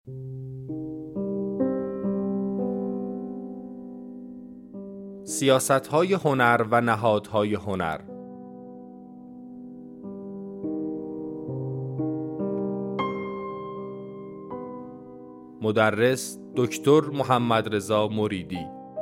سیاست‌های هنر و نهادهای هنر. مدرس دکتر محمدرضا مریدی.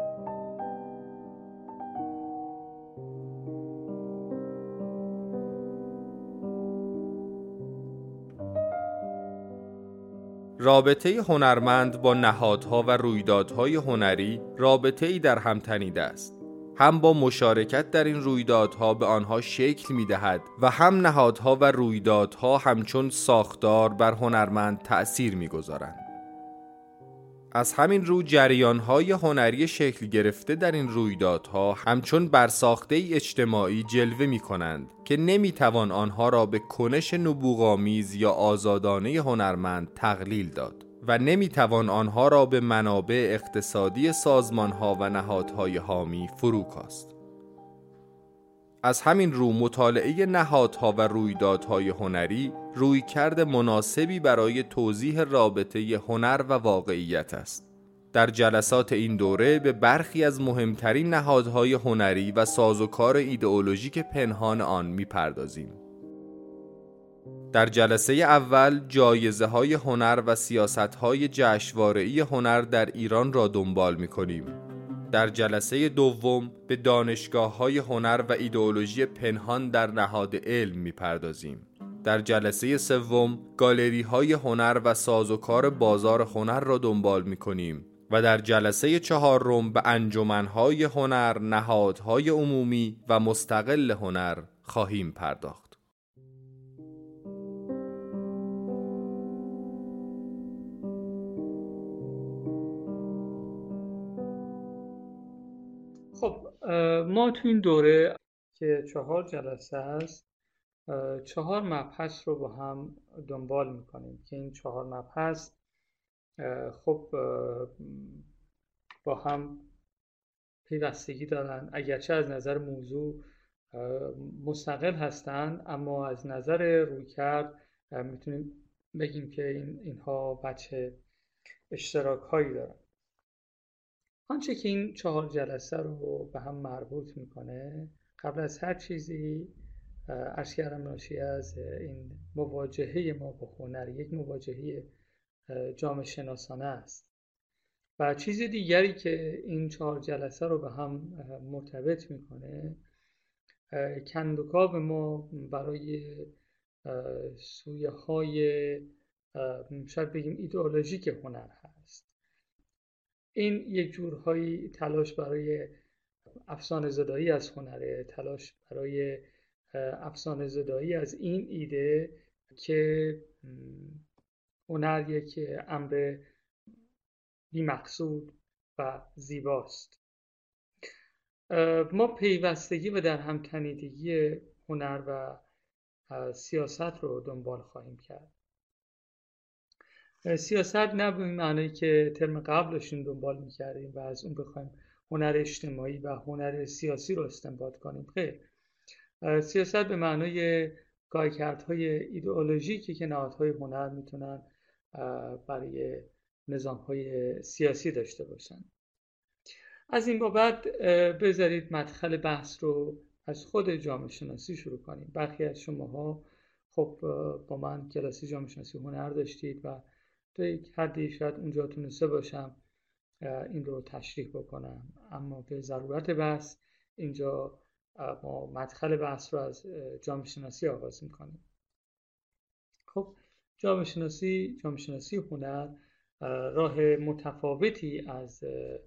رابطه هنرمند با نهادها و رویدادهای هنری رابطه‌ای در هم تنیده است. هم با مشارکت در این رویدادها به آنها شکل می‌دهد و هم نهادها و رویدادها همچون ساختار بر هنرمند تأثیر می‌گذارند. از همین رو جریان‌های هنری شکل گرفته در این رویدادها همچون برساخته اجتماعی جلوه می‌کنند که نمی‌توان آنها را به کنش نبوغ‌آمیز یا آزادانه هنرمند تقلیل داد و نمی‌توان آنها را به منابع اقتصادی سازمان‌ها و نهادهای حامی فرو کاست. از همین رو مطالعه نهادها و رویدادهای هنری رویکرد مناسبی برای توضیح رابطه هنر و واقعیت است. در جلسات این دوره به برخی از مهمترین نهادهای هنری و سازوکار ایدئولوژیک پنهان آن می‌پردازیم. در جلسه اول جایزه‌های هنر و سیاست‌های جشنواره‌ای هنر در ایران را دنبال می‌کنیم. در جلسه دوم به دانشگاه‌های هنر و ایدئولوژی پنهان در نهاد علم می‌پردازیم. در جلسه سوم گالری‌های هنر و سازوکار بازار هنر را دنبال می‌کنیم و در جلسه چهارم به انجمن‌های هنر، نهادهای عمومی و مستقل هنر خواهیم پرداخت. خب ما تو این دوره که 4 جلسه است 4 مبحث رو با هم دنبال میکنیم که این 4 مبحث خب با هم پیوستگی دارن، اگرچه از نظر موضوع مستقل هستن اما از نظر رویکرد میتونیم بگیم که اینها بچه اشتراک هایی دارن. آنچه که این 4 جلسه رو به هم مربوط میکنه قبل از هر چیزی عرض کردم ناشی از این مواجهه ما با هنر، یک مواجهه جامعه شناسانه است و چیز دیگری که این 4 جلسه رو به هم مرتبط میکنه کندوکاو ما برای سویه های شاید بگیم ایدئولوژیک هنر هست. این یک جورهایی تلاش برای افسانه زدایی از هنره، تلاش برای افسانه زدایی از این ایده که هنر یک امر بی‌مقصود و زیباست. ما پیوستگی و در هم تنیدگی هنر و سیاست رو دنبال خواهیم کرد. سیاست نه به معنی که ترم قبل داشتیم دنبال می‌کردیم و از اون بخوایم هنر اجتماعی و هنر سیاسی رو استنباط کنیم. خیر، سیاست به معنای کارکردهای ایدئولوژیکی که نهادهای هنر میتونن برای نظام‌های سیاسی داشته باشن. از این بابت بذارید مدخل بحث رو از خود جامعه شناسی شروع کنیم. برخی از شماها خب با من کلاس جامعه شناسی هنر داشتید و تا یک حدی شاید اونجا تونسته باشم این رو تشریح بکنم، اما به ضرورت بحث اینجا ما مدخل بحث رو از جامعه شناسی آغاز میکنیم. خب جامعه شناسی هنر راه متفاوتی از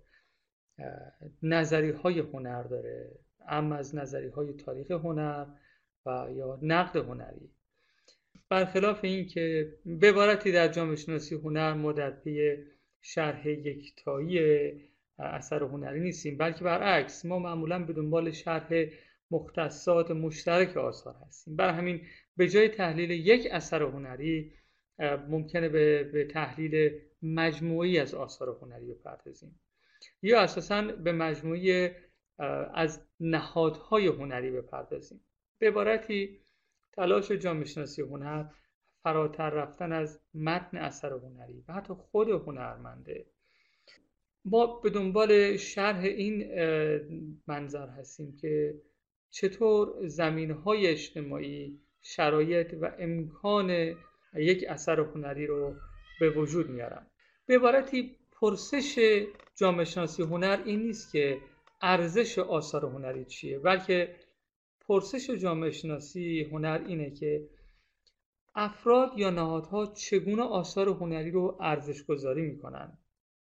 نظریه‌های هنر داره، اما از نظریه‌های تاریخ هنر و یا نقد هنری. برخلاف این که به عبارتی در جامعه شناسی هنر ما در پی شرح یکتایی اثر هنری نیستیم، بلکه برعکس ما معمولاً به دنبال شرح مختصات مشترک آثار هستیم. برای همین به جای تحلیل یک اثر هنری ممکنه به تحلیل مجموعی از آثار هنری بپردازیم یا اساساً به مجموعی از نهادهای هنری بپردازیم. به عبارتی تلاش جامعه شناسی هنر فراتر رفتن از متن اثر هنری و حتی خود هنرمنده. ما به دنبال شرح این منظر هستیم که چطور زمینهای اجتماعی شرایط و امکان یک اثر هنری رو به وجود میارن. به عبارتی پرسش جامعه شناسی هنر این نیست که ارزش آثار هنری چیه، بلکه پرسش جامعه شناسی هنر اینه که افراد یا نهادها چگونه آثار هنری رو ارزش گذاری میکنن،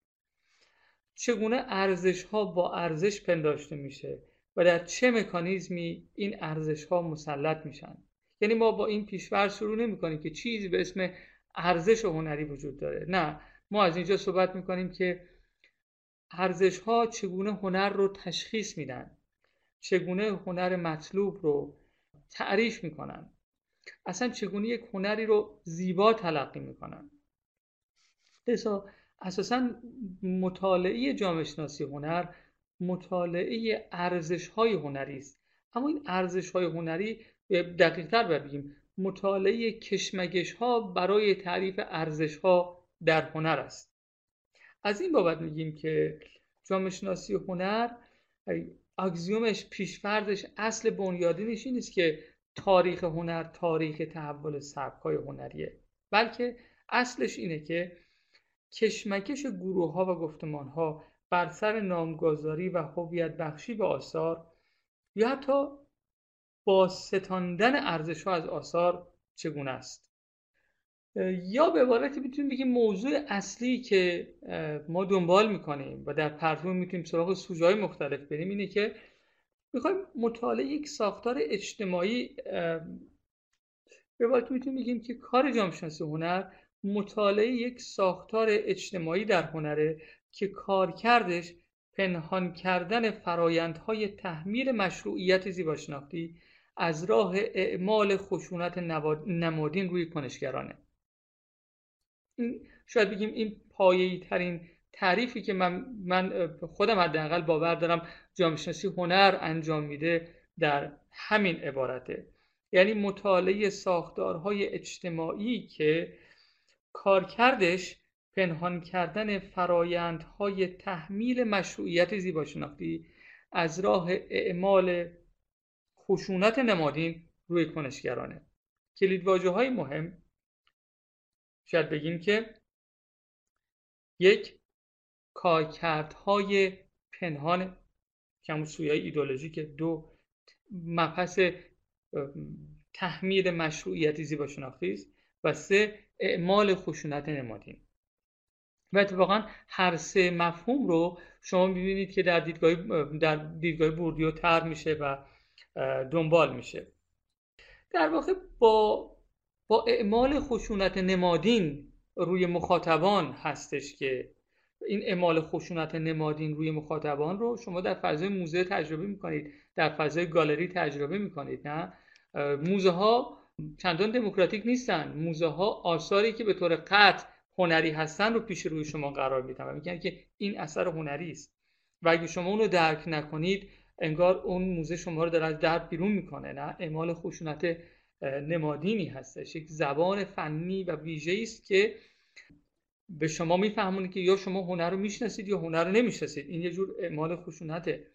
چگونه ارزش‌ها با ارزش پنداشته میشه و در چه مکانیزمی این ارزش‌ها مسلط میشن. یعنی ما با این پیش‌فرض شروع نمی‌کنیم که چیزی به اسم ارزش هنری وجود داره. نه، ما از اینجا صحبت می‌کنیم که ارزش‌ها چگونه هنر رو تشخیص میدن، چگونه هنر مطلوب رو تعریف می‌کنن، اصلا چگونه یک هنری رو زیبا تلقی می‌کنن. لذا اساساً مطالعه جامعه شناسی هنر مطالعه ارزش‌های هنری است. اما این ارزش‌های هنری، دقیق‌تر بگیم، مطالعه کشمکش‌ها برای تعریف ارزش‌ها در هنر است. از این بابت میگیم که جامعه شناسی هنر اکسیومش، پیش‌فرضش، اصل بنیادینش این نیست که تاریخ هنر تاریخ تحول سبک‌های هنریه، بلکه اصلش اینه که کشمکش گروه‌ها و گفتمان‌ها بر سر نامگذاری و هویت بخشی به آثار یا حتی با ستاندن ارزش‌ها از آثار چگونه است. یا به عبارتی میتونیم بگیم موضوع اصلی که ما دنبال میکنیم و در پرتو میتونیم سراغ سوژه‌های مختلف بریم اینه که میخوایم مطالعه یک ساختار اجتماعی، به عبارتی میتونیم بگیم که کار جامعه شناسی هنر مطالعه یک ساختار اجتماعی در هنره که کارکردش پنهان کردن فرایندهای تحمیل مشروعیت زیباشناختی از راه اعمال خشونت نمادین روی کنشگرانه. این شاید بگیم این پایه‌ای ترین تعریفی که من خودم حداقل باور دارم جامعه شناسی هنر انجام میده در همین عبارته. یعنی مطالعه ساختارهای اجتماعی که کارکردش پنهان کردن فرایندهای تحمیل مشروعیت زیباشناختی از راه اعمال خشونت نمادین روی کنشگرانه. کلیدواژه‌های مهم شاید بگیم که یک، کارکردهای پنهان که همون سویای ایدئولوژیک، دو، مبحث تحمیل مشروعیت زیباشناختی است و سه، اعمال خشونت نمادین. و اتفاقا هر سه مفهوم رو شما می‌بینید که در دیدگاه بوردیو طرح میشه و دنبال میشه. در واقع با اعمال خشونت نمادین روی مخاطبان هستش که این اعمال خشونت نمادین روی مخاطبان رو شما در فضای موزه تجربه میکنید، در فضای گالری تجربه میکنید. نه، موزه ها چندان دموکراتیک نیستن. موزه ها آثاری که به طور قطع هنری هستن رو پیش روی شما قرار میدن و میگن که این اثر هنری است و اگه شما اون رو درک نکنید انگار اون موزه شما رو داره از درد بیرون میکنه. نه، اعمال خشونت نمادینی هستش، یک زبان فنی و ویژه‌ای است که به شما میفهمونه که یا شما هنر رو میشناسید یا هنر رو نمیشناسید. این یه جور اعمال خشونته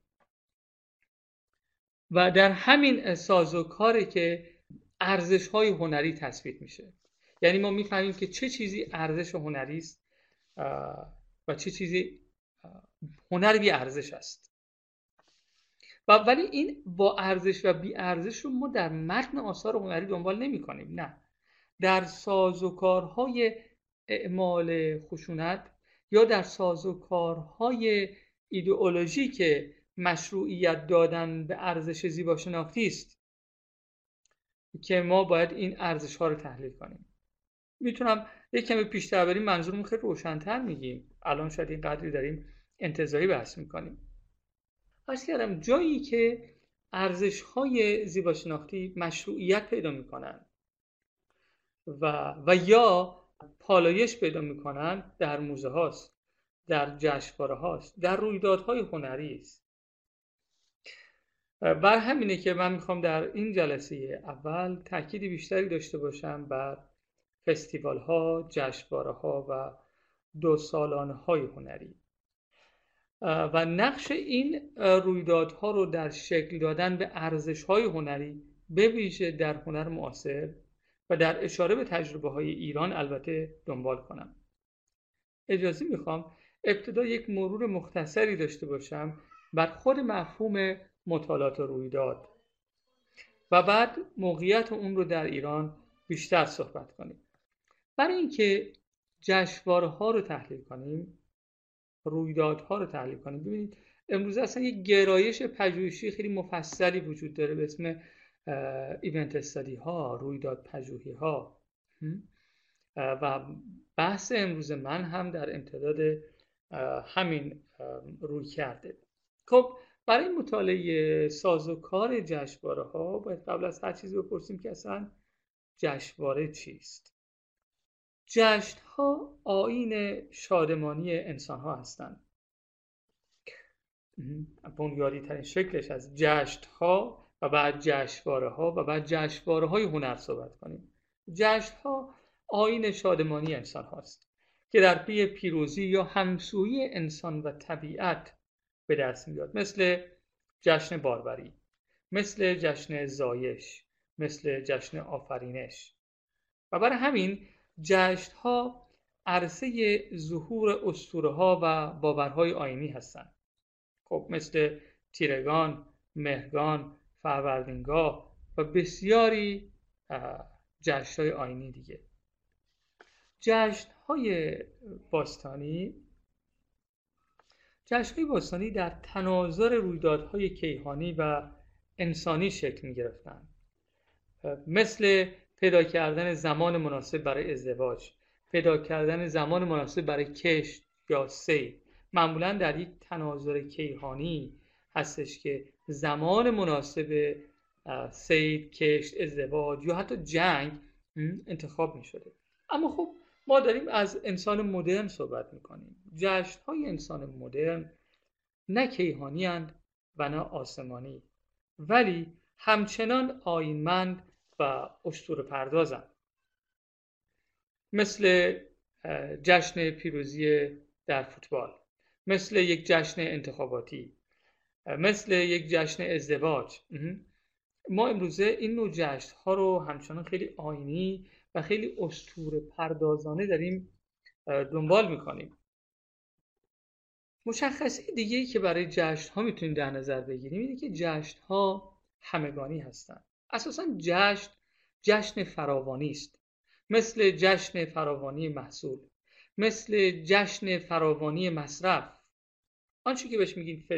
و در همین سازوکاره که ارزش‌های هنری تثبیت میشه. یعنی ما میفهمیم که چه چیزی ارزش هنری است و چه چیزی هنر بی ارزش است. ولی این با ارزش و بی ارزش رو ما در متن آثار هنری دنبال نمی کنیم. نه، در سازوکارهای اعمال خشونت یا در سازوکارهای ایدئولوژی که مشروعیت دادن به ارزش زیباشناختی است که ما باید این ارزش ها رو تحلیل کنیم. میتونم یک کمی پیشتر بریم منظورمون خیلی روشن‌تر میگیم. الان شاید این قدری داریم انتزاعی بحث میکنیم. عرض کردم جایی که ارزش‌های زیباشناختی مشروعیت پیدا میکنن و یا پالایش پیدا میکنن در موزه هاست، در جشنواره هاست، در رویدادهای هنری است. بر همینه که من میخوام در این جلسه اول تأکید بیشتری داشته باشم بر فستیوال ها، جشنواره ها و دو سالانه های هنری. و نقش این رویدادها رو در شکل دادن به ارزش‌های هنری به ویژه در هنر معاصر و در اشاره به تجربه‌های ایران البته دنبال کنم. اجازه میخوام ابتدا یک مرور مختصری داشته باشم بر خود مفهوم مطالعات رویداد و بعد موقعیت اون رو در ایران بیشتر صحبت کنیم. برای اینکه جشنواره‌ها رو تحلیل کنیم، رویدادها رو تحلیل کنیم، ببینید امروز اصلا یک گرایش پژوهشی خیلی مفصلی وجود داره به اسم ایونت استادی ها، رویداد پژوهی ها، و بحث امروز من هم در امتداد همین روی کرده. خب برای مطالعه سازوکار جشنواره ها باید قبل از هر چیزی بپرسیم که اصلا جشنواره چیست؟ جشن ها آیین شادمانی انسان ها هستند. بنیادی ترین شکلش از جشن ها و بعد جشنواره ها و بعد جشنواره های هنر صحبت کنیم. جشن ها آیین شادمانی انسان هاست که در پی پیروزی یا همسویی انسان و طبیعت به دست میاد، مثل جشن باربری، مثل جشن زایش، مثل جشن آفرینش. و برای همین جشن ها عرصه ظهور اسطوره ها و باورهای آیینی هستند. خب مثل تیرگان، مهرگان، فروردینگاه و بسیاری جشن‌های آیینی دیگه. جشن‌های باستانی در تناظر رویدادهای کیهانی و انسانی شکل می‌گرفتند، مثل پیدا کردن زمان مناسب برای ازدواج، پیدا کردن زمان مناسب برای کشت یا صید. معمولاً در یک تناظر کیهانی هستش که زمان مناسب صید، کشت، ازدواج یا حتی جنگ انتخاب می شده. اما خب ما داریم از انسان مدرن صحبت می کنیم. جشن‌های انسان مدرن نه کیهانی اند و نه آسمانی، ولی همچنان آیینمند و اسطوره پردازند. مثل جشن پیروزی در فوتبال، مثل یک جشن انتخاباتی، مثل یک جشن ازدواج. ما امروزه این نوع جشن‌ها رو همچنان خیلی آیینی و خیلی اسطوره پردازانه داریم دنبال می‌کنیم. مشخصه دیگه‌ای که برای جشن‌ها میتونیم در نظر بگیریم اینه که جشن‌ها همگانی هستند. اساساً جشن فراوانی است، مثل جشن فراوانی محصول، مثل جشن فراوانی مصرف. آنچه که بهش میگیم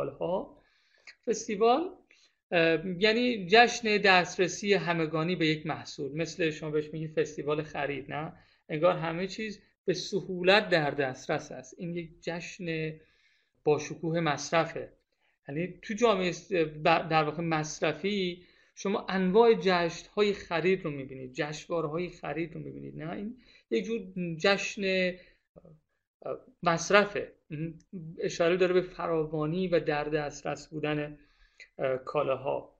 فستیوال یعنی جشن دسترسی همگانی به یک محصول، مثل شما بهش میگید فستیوال خرید، نه؟ انگار همه چیز به سهولت در دسترس است. این یک جشن با شکوه مصرفه. یعنی تو جامعه در واقع مصرفی شما انواع جشن‌های خرید رو می‌بینید، جشنواره‌های خرید رو می‌بینید، نه؟ این یک جور جشن مصرفه، اشاره داره به فراوانی و در دسترس بودن کالاها.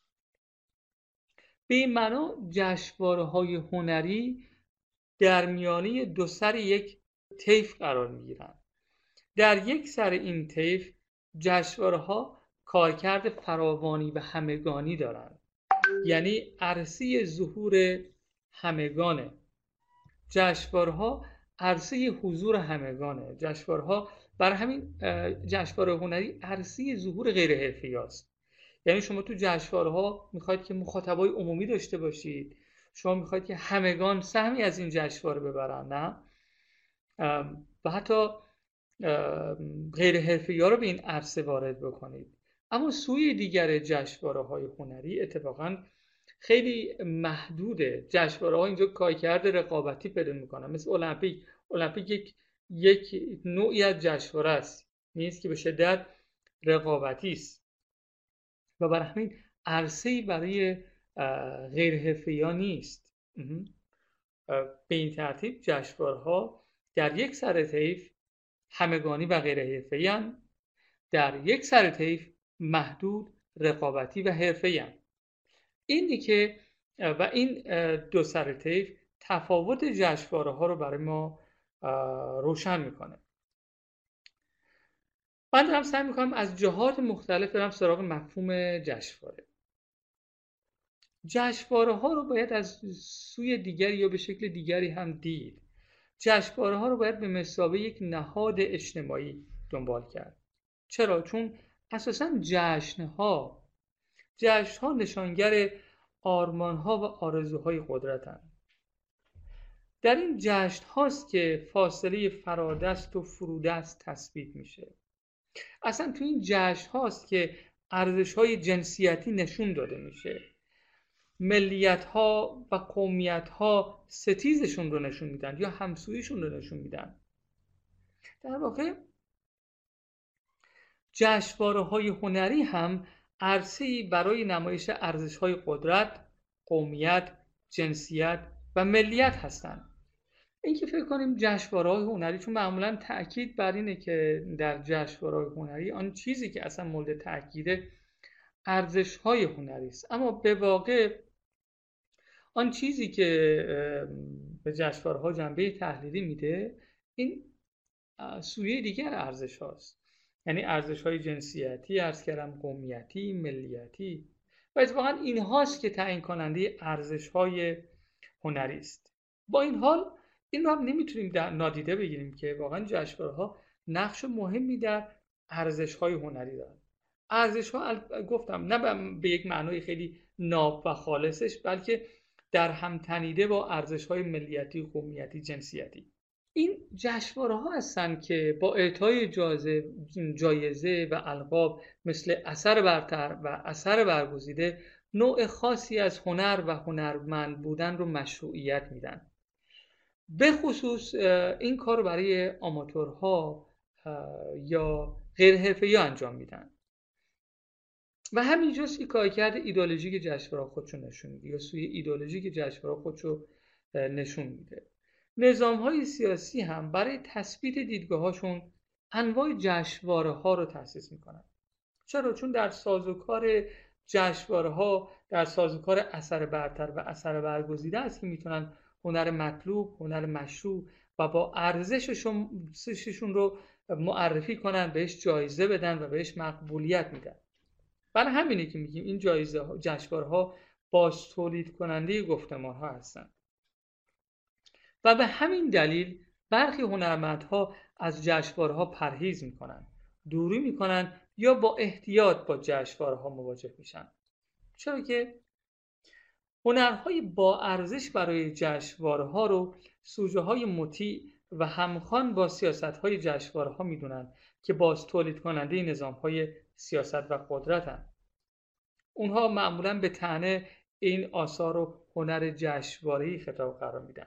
به این معنا جشنواره‌های هنری در میانه دو سر یک طیف قرار می‌گیرند. در یک سر این طیف جشنواره‌ها کارکرد فراوانی و همگانی دارند، یعنی عرصه ظهور همگانه. جشنواره‌ها عرصه حضور همگانه. جشنواره‌ها برای همین جشنواره هنری عرصه ظهور غیر حرفه‌ای است. یعنی شما تو جشنواره‌ها میخواید که مخاطبای عمومی داشته باشید، شما میخواید که همگان سهمی از این جشنواره ببرن، نه؟ و حتی غیر حرفه‌ای‌ها رو به این عرصه وارد بکنید. اما سوی دیگر جشنواره‌های هنری اتفاقاً خیلی محدوده. جشنواره‌ها اینجا کارکرد رقابتی پیدا می‌کنن، مثل المپیک یک نوعی از جشنواره است، نیست که به شدت رقابتی است و برای همین عرصه‌ای برای غیر حرفه‌ای‌ها نیست. به این ترتیب جشنواره‌ها در یک سر طیف همگانی و غیر حرفه‌ای‌اند، در یک سر طیف محدود، رقابتی و حرفه‌ای‌اند. اینی که و این دو سر طیف تفاوت جشنواره‌ها رو برای ما روشن میکنه. من دارم سعی میکنم از جهات مختلف برم سراغ مفهوم جشنواره. جشنواره‌ها رو باید از سوی دیگری یا به شکل دیگری هم دید. جشنواره‌ها رو باید به مثابه یک نهاد اجتماعی دنبال کرد. چرا؟ چون اساساً جشن‌ها نشانگر آرمان‌ها و آرزوهای قدرتند. در این جشن هاست که فاصله فرادست و فرودست تثبیت میشه. اصلا تو این جشن هاست که ارزش های جنسیتی نشون داده میشه. ملیت ها و قومیت ها ستیزشون رو نشون میدن یا همسویشون رو نشون میدن. در واقع جشنواره‌های هنری هم عرصه‌ای برای نمایش ارزش‌های قدرت، قومیت، جنسیت و ملیت هستند. این که فکر کنیم جشنواره‌های هنری، چون معمولاً تأکید بر اینه که در جشنواره‌های هنری آن چیزی که اصلا مورد تأکیده ارزش‌های هنری است، اما به واقع آن چیزی که به جشنواره‌ها جنبه تحلیلی میده این سویه دیگر ارزش هاست. یعنی ارزش های جنسیتی، عرض کردم قومیتی، ملیتی و اتفاقا این هاست که تعیین کننده ارزش های هنری است. با این حال این رو هم نمیتونیم نادیده بگیریم که واقعا جشنواره‌ها نقش مهمی در ارزش های هنری دارن. ارزش ها گفتم نه به یک معنای خیلی ناب و خالصش، بلکه در هم تنیده با ارزش های ملیتی، قومیتی، جنسیتی. این جشنواره‌ها هستند که با اعطای جایزه و القاب مثل اثر برتر و اثر برگزیده نوع خاصی از هنر و هنرمند بودن رو مشروعیت میدن. به خصوص این کار رو برای آماتورها یا غیر حرفه‌ای انجام میدن و همینجاست که کارکرد ایدئولوژیک جشنواره‌ها خودشو نشون میده یا سوی ایدئولوژیک جشنواره‌ها خودشو نشون میده. نظام‌های سیاسی هم برای تثبیت دیدگاه‌هاشون انواع جشنواره‌ها رو تأسیس می‌کنن. چرا؟ چون در سازوکار جشنواره‌ها، در سازوکار اثر برتر و اثر برگزیده است که میتونن هنر مطلوب، هنر مشروع و با ارزششون رو معرفی کنن، بهش جایزه بدن و بهش مقبولیت میدن. برای همینه که میگیم این جشنواره‌ها باز تولید کننده گفتمان‌ها هستن. و به همین دلیل برخی هنرمندها از جشنواره‌ها پرهیز میکنن، دوری میکنن یا با احتیاط با جشنواره‌ها مواجه میشن. چرا که هنرهای با ارزش برای جشنواره‌ها رو سوژه‌های مطیع و همخوان با سیاست‌های جشنواره‌ها میدونن که باز تولید کننده نظام‌های سیاست و قدرتن. اونها معمولاً به طعنه این آثار و هنر جشنواره‌ای خطاب قرار میدن.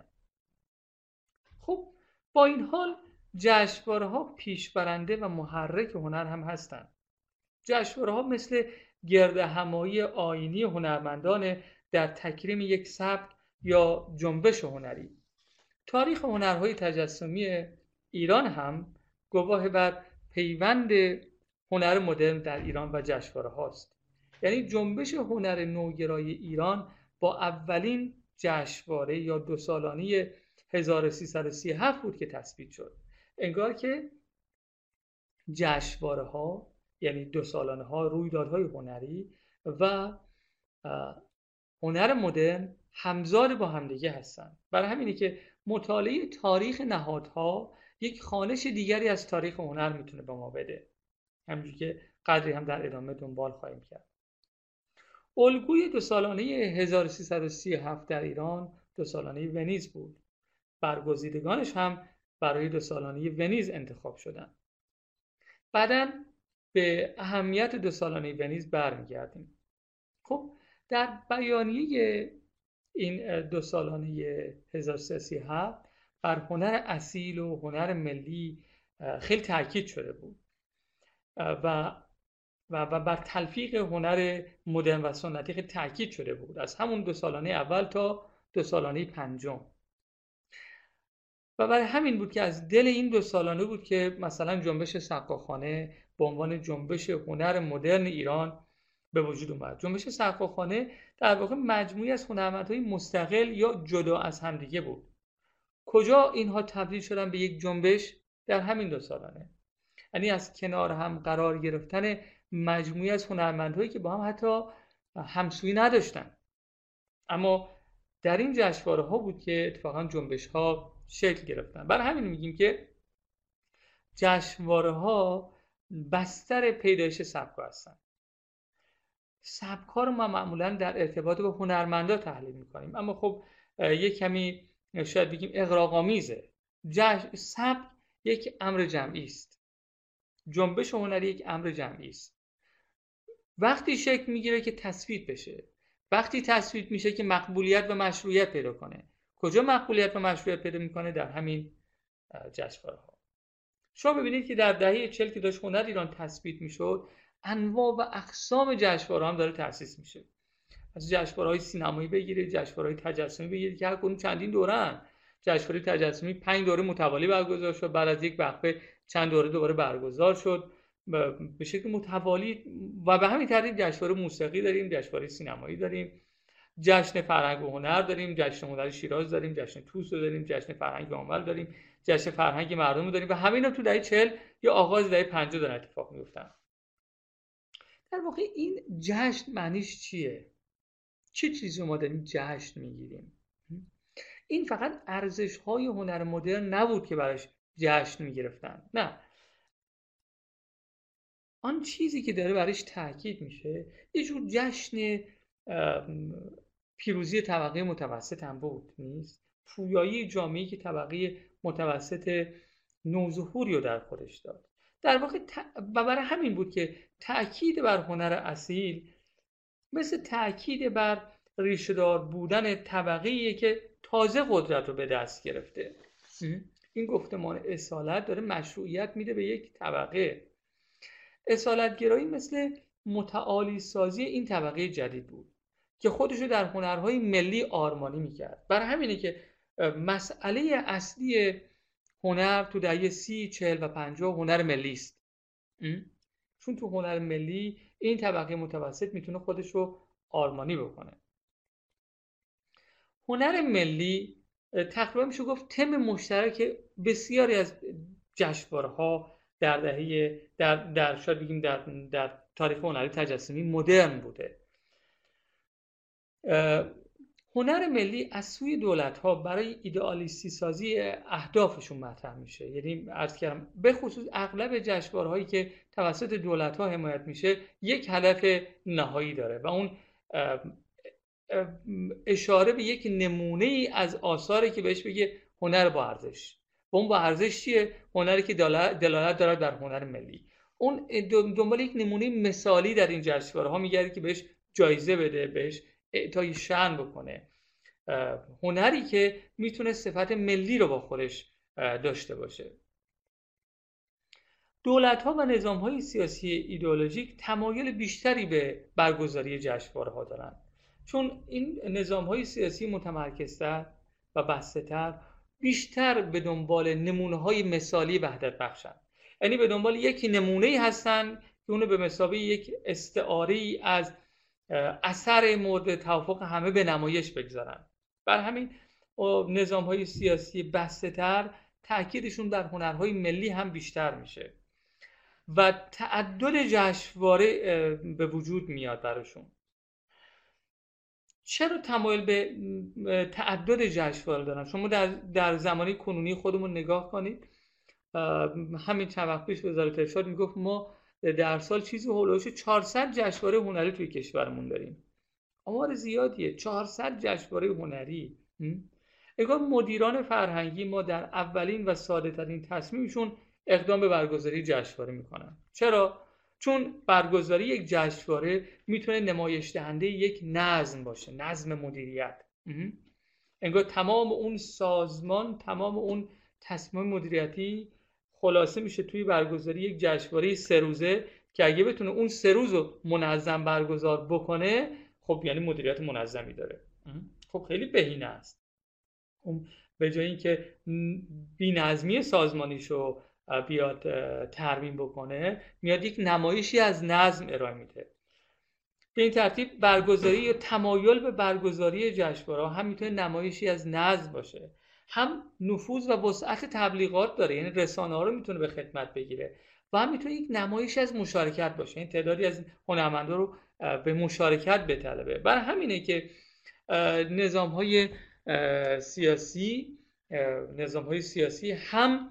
خب با این حال جشنواره‌ها پیشبرنده و محرک هنر هم هستند. جشنواره‌ها مثل گردهمایی آیینی هنرمندان در تکریم یک سبک یا جنبش هنری. تاریخ هنرهای تجسمی ایران هم گواه بر پیوند هنر مدرن در ایران و جشنواره‌هاست. یعنی جنبش هنر نوگرای ایران با اولین جشنواره یا دو سالانه 1337 بود که تثبیت شد. انگار که جشنواره‌ها یعنی دو سالانه ها، رویدادهای هنری و هنر مدرن همزاد با همدیگه هستن. برای همینه که مطالعه تاریخ نهادها یک خوانش دیگری از تاریخ هنر میتونه به ما بده، همونجوری که قدری هم در ادامه دنبال خواهیم کرد. الگوی دو سالانه 1337 در ایران دو سالانه ونیز بود. برگزیدگانش هم برای دو سالانه ونیز انتخاب شدن. بعداً به اهمیت دو سالانه ونیز برمیگردیم. خب در بیانیه این دو سالانه 1337 بر هنر اصیل و هنر ملی خیلی تاکید شده بود و بر تلفیق هنر مدرن و سنتی خیلی تاکید شده بود، از همون دو سالانه اول تا دو سالانه پنجم. و برای همین بود که از دل این دو سالانه بود که مثلا جنبش سقاخانه به عنوان جنبش هنر مدرن ایران به وجود اومد. جنبش سقاخانه در واقع مجموعی از هنرمندهای مستقل یا جدا از همدیگه بود. کجا اینها تبدیل شدن به یک جنبش؟ در همین 2 سالانه. یعنی از کنار هم قرار گرفتن مجموعی از هنرمندهایی که با هم حتی همسویی نداشتن، اما در این جشنواره ها بود که اتفاقا جنبش ها شکل گرفتن. برای همین میگیم که جشنواره ها بستر پیدایش سبک هستن. سبک ها رو ما معمولا در ارتباط با هنرمندا تحلیل میکنیم، اما خب یک کمی شاید بگیم اغراق‌آمیزه. سبک یک امر جمعی است. جنبش هنری یک امر جمعی است. وقتی شکل میگیره که تثبیت بشه، وقتی تثبیت میشه که مقبولیت و مشروعیت پیدا کنه. کجا مقبولیت و مشروعیت پیدا میکنه؟ در همین جشنواره ها. شما ببینید که در دهه 40 که داشت هنر ایران تثبیت میشد، انواع و اقسام جشنواره هم داره تأسیس میشه. از جشنواره‌های سینمایی بگیرید، جشنواره‌های تجسمی بگیرید که هر کدوم چندین دوره‌ن. جشنواره تجسمی 5 دوره متوالی برگزار شد، بعد از یک وقفه چند دوره دوباره برگزار شد به شکل متوالی، و به همین ترتیب جشنواره موسیقی داریم، جشنواره سینمایی داریم، جشن فرهنگ و هنر داریم، جشن هنر شیراز داریم، جشن توس داریم، جشن فرهنگ عامل داریم، جشن فرهنگ مردم داریم، و همینا تو دهه 40 یا آغاز دهه 50 دارن اتفاق میفتن. در واقع این جشن معنیش چیه؟ چه چیزی ما داریم جشن میگیریم؟ این فقط ارزش‌های هنر مدرن نبود که براش جشن میگرفتن، نه، آن چیزی که داره براش تاکید میشه یه جور جشن پیروزی طبقه متوسط هم بود، نیست؟ پویایی جامعه‌ای که طبقه متوسط نوظهوری رو در خودش داد. در واقع و برای همین بود که تأکید بر هنر اصیل مثل تأکید بر ریشه‌دار بودن طبقه‌ایه که تازه قدرت رو به دست گرفته. این گفتمان اصالت داره مشروعیت میده به یک طبقه. اصالتگرایی مثل متعالی سازی این طبقه جدید بود که خودشو در هنرهای ملی آرمانی میکرد. برای همینه که مسئله اصلی هنر تو دهه 30، 40 و 50 هنر ملی است. چون تو هنر ملی این طبقه متوسط میتونه خودشو آرمانی بکنه. هنر ملی تقریبا میشه گفت تم مشترک بسیاری از جشنواره‌ها در دهه در شاید بگیم در تاریخ هنری تجسمی مدرن بوده. هنر ملی از سوی دولت‌ها برای ایدئالیستی سازی اهدافشون مطرح میشه. یعنی عرض کردم به خصوص اغلب جشنواره‌هایی که توسط دولت‌ها حمایت میشه یک هدف نهایی داره و اون اشاره به یک نمونه از آثاری که بهش بگه هنر با ارزش. و اون با ارزش چیه؟ هنری که دلالت دارد بر هنر ملی. اون دنبال یک نمونه مثالی در این جشنواره‌ها میگرده که بهش جایزه بده، بهش اعطای شأن بکنه. هنری که میتونه صفت ملی رو با خودش داشته باشه. دولت‌ها و نظام‌های سیاسی ایدئولوژیک تمایل بیشتری به برگزاری جشنواره‌ها دارن، چون این نظام‌های سیاسی متمرکزتر و بسته‌تر بیشتر به دنبال نمونه‌های مثالی وحدت بخشن. یعنی به دنبال یک نمونه‌ای هستن که اونو به مثابه یک استعاره‌ای از اثر مورد توافق همه به نمایش بگذارن. بر همین نظام‌های سیاسی بسته‌تر تأکیدشون بر هنرهای ملی هم بیشتر میشه و تعدد جشنواره به وجود میاد براشون. چرا تمایل به تعدد جشنواره دارن؟ شما در زمانه کنونی خودمون نگاه کنید. همین چند وقت پیش وزارت ارشاد میگفت ما در سال چیزی هولوش 400 جشنواره هنری توی کشورمون داریم. آمار زیادیه، 400 جشنواره هنری. انگار مدیران فرهنگی ما در اولین و ساده ترین تصمیمشون اقدام به برگزاری جشنواره میکنن. چرا؟ چون برگزاری یک جشنواره میتونه نمایش دهنده یک نظم باشه، نظم مدیریت. انگار تمام اون سازمان، تمام اون تصمیم مدیریتی خلاصه میشه توی برگزاری یک جشنواره 3 روزه که اگه بتونه اون 3 روز رو منظم برگزار بکنه، خب یعنی مدیریت منظمی داره. خب خیلی بهینه است. به جای اینکه بی‌نظمی سازمانیشو بیاد ترمیم بکنه، میاد یک نمایشی از نظم ارائه میده. به این ترتیب برگزاری یا تمایل به برگزاری جشنواره‌ها هم میتونه نمایشی از نظم باشه، هم نفوذ و وسعت تبلیغات داره، یعنی رسانه‌ها رو میتونه به خدمت بگیره، و هم میتونه یک نمایش از مشارکت باشه، این تعدادی از هنرمندا رو به مشارکت بطلبه. برای همینه که نظام‌های سیاسی هم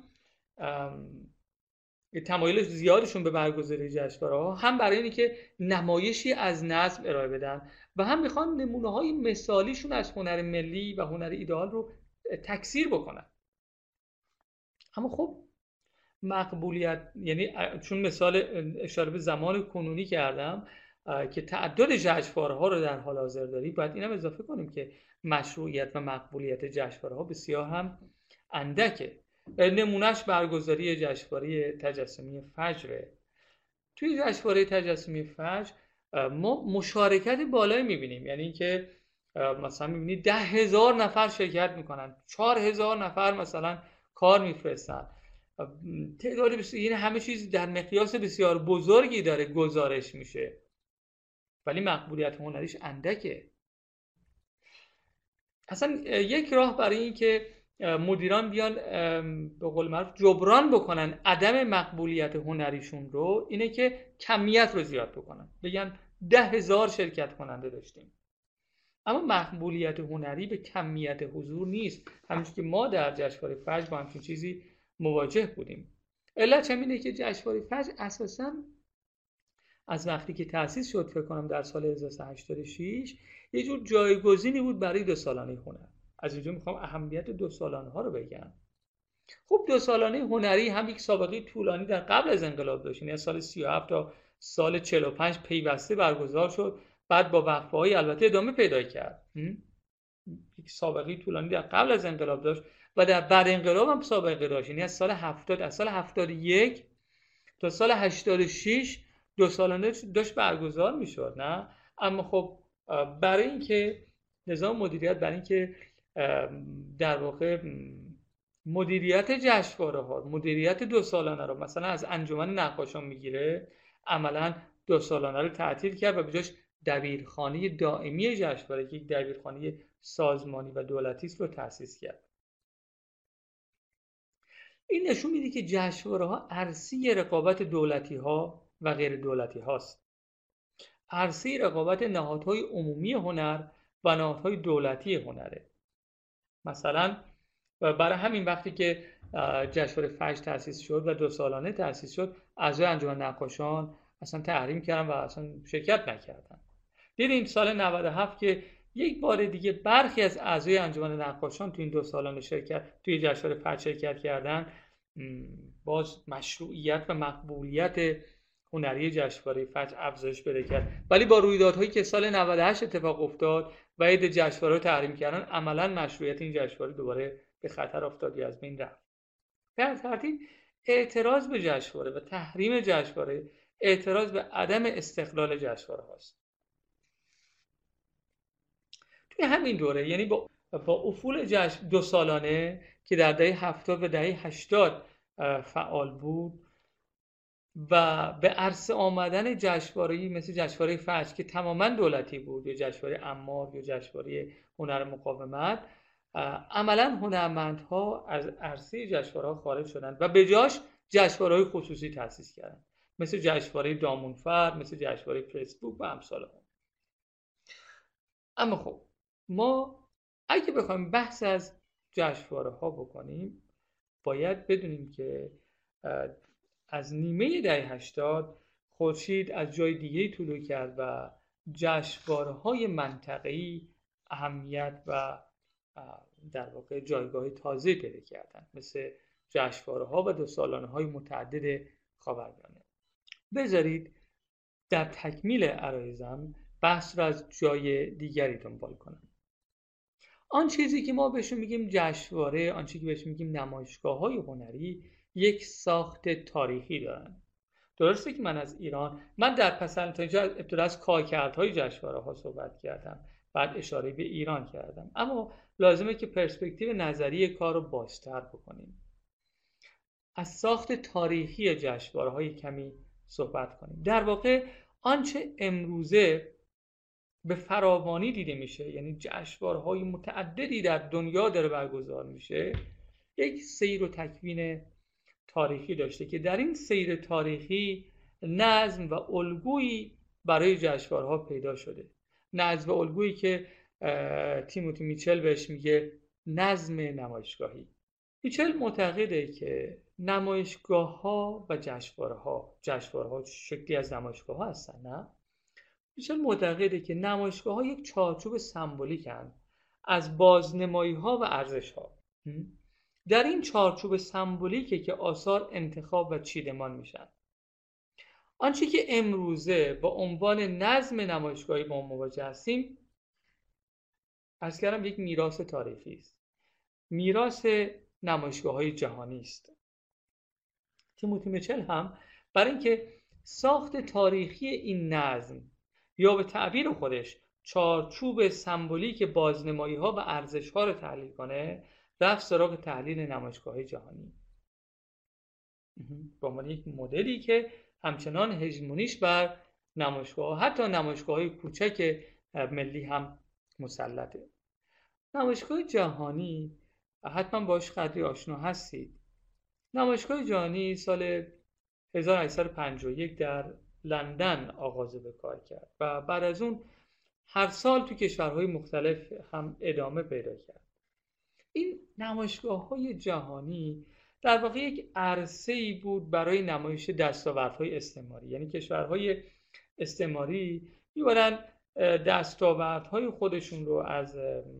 تمایل زیادشون به برگزاری جشنواره‌ها، هم برای اینه که نمایشی از نظم ارائه بدن و هم میخوان نمونه‌های مثالیشون از هنر ملی و هنر ایدئال رو تکثیر بکنن. اما خب مقبولیت، یعنی چون مثال اشاره به زمان کنونی کردم که تعدد جشنواره‌ها رو در حال حاضر داریم، باید اینم اضافه کنیم که مشروعیت و مقبولیت جشنواره‌ها بسیار هم اندکه. نمونهش برگزاری جشنواره تجسمی فجره. توی جشنواره تجسمی فجر ما مشارکت بالایی می‌بینیم، یعنی اینکه مثلا می‌بینید 10,000 نفر شرکت می‌کنن، 4,000 نفر مثلا کار می‌فرستن، تعدادی بسیار، یعنی همه چیز در مقیاس بسیار بزرگی داره گزارش میشه، ولی مقبولیت هنریش اندکه. اصلا یک راه برای این که مدیران بیان به قول معروف جبران بکنن عدم مقبولیت هنریشون رو، اینه که کمیت رو زیاد بکنن، بگن 10,000 شرکت کننده داشتیم. اما مقبولیت هنری به کمیت حضور نیست، همونجوری که ما در جشنواره فجر با همچین چیزی مواجه بودیم. علت همینه که جشنواره فجر اساساً از وقتی که تأسیس شد، فکر کنم در سال 1386، یه جور جایگزینی بود برای 2 سالانه هنر. از اینجا میخوام اهمیت 2 سالانه ها رو بگم. خب 2 سالانه هنری هم یک سابقه طولانی در قبل از انقلاب داشت، یعنی از سال 37 تا سال 45 پیوسته برگزار شد، بعد با وقفه‌های البته ادامه پیدا کرد. یک سابقه طولانی در قبل از انقلاب داشت و در بعد انقلاب هم سابقه داشت، یعنی از سال 71 تا سال 86 2 سالانه داشت برگزار میشد، نه؟ اما خب برای اینکه نظام مدیریت، برای اینکه در واقع مدیریت جشنواره‌ها، مدیریت 2 سالانه رو مثلا از انجمن نقاشان میگیره، عملاً 2 سالانه رو تعطیل کرد و به جاش دبیرخانه دائمی جشنواره که یک دبیرخانه سازمانی و دولتی است رو تأسیس کرد. این نشون میده که جشنواره‌ها عرصه رقابت دولتی‌ها و غیر دولتی هاست. عرصه رقابت نهادهای عمومی هنر و نهادهای دولتی هنره. مثلا برای همین وقتی که جشنواره فجر تأسیس شد و 2 سالانه تأسیس شد، اعضای انجمن نقاشان اصلا تحریم کردن و اصلا شرکت نکردن. دیدیم سال 97 که یک بار دیگه برخی از اعضای انجمن نقاشان تو این 2 سالانه توی جشنواره فجر شرکت کردن، باز مشروعیت و مقبولیت هنری جشنواره فجر افزایش پیدا کرد. ولی با رویدادهایی که سال 98 اتفاق افتاد و عید جشنواره رو تحریم کردن، عملاً مشروعیت این جشنواره دوباره به خطر افتاد یا از بین رفت. در ترتیب اعتراض به جشنواره و تحریم جشنواره اعتراض به عدم استقلال جشنواره هاست. توی همین دوره، یعنی با افول جشن 2 سالانه که در دهه 70 و دهه 80 فعال بود و به عرصه آمدن جشنواره‌ای مثل جشنواره فجر که تماماً دولتی بود، یا جشنواره عمار یا جشنواره هنر مقاومت، عملاً هنرمندها از عرصه جشنواره‌ها خارج شدند و به جاش جشنواره‌های خصوصی تأسیس کردند، مثل جشنواره دامونفر، مثل جشنواره فیسبوک و امثال هم. اما خب ما اگه بخوایم بحث از جشنواره‌ها بکنیم، باید بدونیم که از نیمه دهه 80 خورشید از جای دیگه‌ای طلوع کرد و جشنواره‌های منطقه‌ای اهمیت و در واقع جایگاه تازه پیدا کردند، مثل جشنواره‌ها و 2 سالانه‌های متعدد خاورمیانه. بذارید در تکمیل عرایزم بحث را از جای دیگری دنبال کنم. آن چیزی که ما بهش میگیم جشنواره، آن چیزی که بهش میگیم نمایشگاه‌های هنری، یک ساخت تاریخی دارن. درسته که من در تا اینجا ابتدا از کارکردهای جشنواره‌ها صحبت کردم، بعد اشاره به ایران کردم، اما لازمه که پرسپکتیو نظری کار رو بازتر بکنیم. از ساخت تاریخی جشنواره‌های کمی صحبت کنیم. در واقع آنچه امروزه به فراوانی دیده میشه، یعنی جشنواره‌های متعددی در دنیا داره برگزار میشه، یک سیر و تکوین تاریخی داشته که در این سیر تاریخی نظم و الگویی برای جشنواره‌ها پیدا شده. نظم و الگویی که تیموتی میچل بهش میگه نظم نمایشگاهی. میچل معتقده که نمایشگاه‌ها و جشنواره‌ها شکلی از نمایشگاه‌ها هستن، نه؟ میچل معتقده که نمایشگاه‌ها یک چارچوب سمبولیکن از بازنمایی‌ها و ارزش‌ها. در این چارچوب سمبولیکه که آثار انتخاب و چیدمان میشن. آنچه که امروزه با عنوان نظم نمایشگاهی با مواجه هستیم، عرض کردم یک میراث تاریخی است. میراث نمایشگاه‌های جهانی است. تیموتی میچل هم برای اینکه ساخت تاریخی این نظم یا به تعبیر خودش چارچوب سمبولیک بازنمایی‌ها و ارزش‌ها رو تحلیل کنه، رفت سراغ تحلیل نمایشگاه‌های جهانی به عنوان یک مدلی که همچنان هژمونیش بر نمایشگاه، حتی نمایشگاه‌های کوچک ملی هم مسلطه. نمایشگاه جهانی حتما باش قدری آشنا هستید. نمایشگاه جهانی سال 1851 در لندن آغاز به کار کرد و بعد از اون هر سال تو کشورهای مختلف هم ادامه پیدا کرد. این نمایشگاه‌های جهانی در واقع یک عرصه‌ای بود برای نمایش دستاوردهای استعماری، یعنی کشورهای استعماری می‌برن دستاوردهای خودشون رو از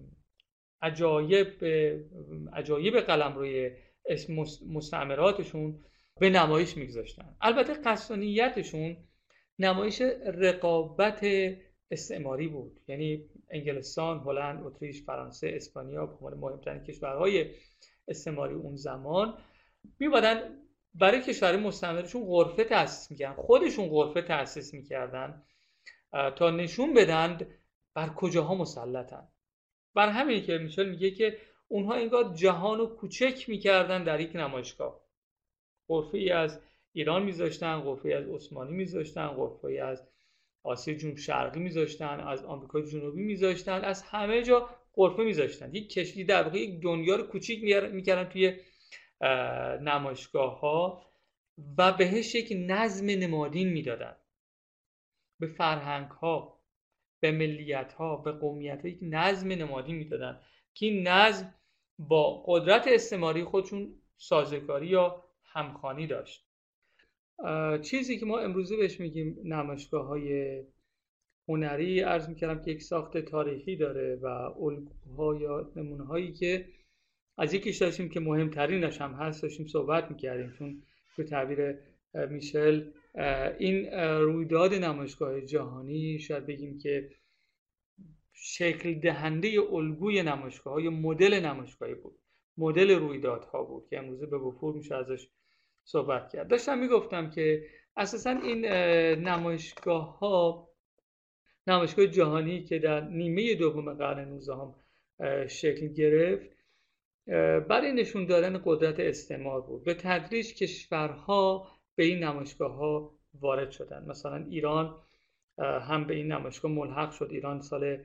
عجایب قلمروی مستعمراتشون به نمایش می‌گذاشتن. البته قصد و نیتشون نمایش رقابت استعماری بود، یعنی انگلستان، هلند، اتریش، فرانسه، اسپانیا به عنوان مهمترین کشورهای استعماری اون زمان می‌بادن برای کشورهای مستعمرشون غرفه تأسیس می‌کردن، خودشون غرفه تأسیس می‌کردن تا نشون بدن بر کجاها مسلطن. بر همین که میچل میگه که اونها انگار جهان رو کوچک می‌کردن در یک نمایشگاه. غرفه‌ای از ایران می‌ذاشتن، غرفه‌ای از عثمانی می‌ذاشتن، غرفه‌ای از آسیا جنوب شرقی می‌ذاشتن، از آمریکای جنوبی می‌ذاشتن، از همه جا غرفه می‌ذاشتن. یک کشتی در واقع یک دنیا رو کوچیک می‌کردن توی نمایشگاه‌ها و بهش یک نظم نمادین میدادن. به فرهنگ‌ها، به ملیت‌ها، به قومیت‌ها یک نظم نمادین میدادن که این نظم با قدرت استعماری خودشون سازگاری یا همخوانی داشت. چیزی که ما امروزه بهش میگیم نمایشگاه‌های هنری، عرض می‌کردم که یک ساخت تاریخی داره و الگوها یا نمونه‌هایی که از یکیش داشتیم که مهمترینش هم هست داشتیم صحبت می‌کردیم، چون به تعبیر میشل این رویداد نمایشگاه جهانی شاید بگیم که شکل دهنده الگوی نمایشگاه‌ها یا مدل نمایشگاهی بود، مدل رویدادها بود که امروزه به وفور میشه ازش صحبت کرد. داشتم میگفتم که اساساً این نمایشگاه جهانی که در نیمه دوم قرن 19 شکل گرفت برای نشون دادن قدرت استعمار بود. به تدریج کشورها به این نمایشگاه‌ها وارد شدند. مثلا ایران هم به این نمایشگاه ملحق شد. ایران سال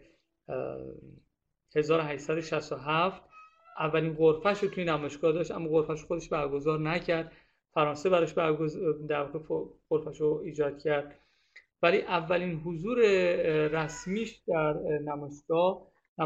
1867 اولین غرفه‌اش رو توی نمایشگاه داشت، اما غرفه‌اش خودش برگزار نکرد. فرانسه براش در واقع غرفه‌اش رو ایجاد کرد. ولی اولین حضور رسمیش در نمایشگاه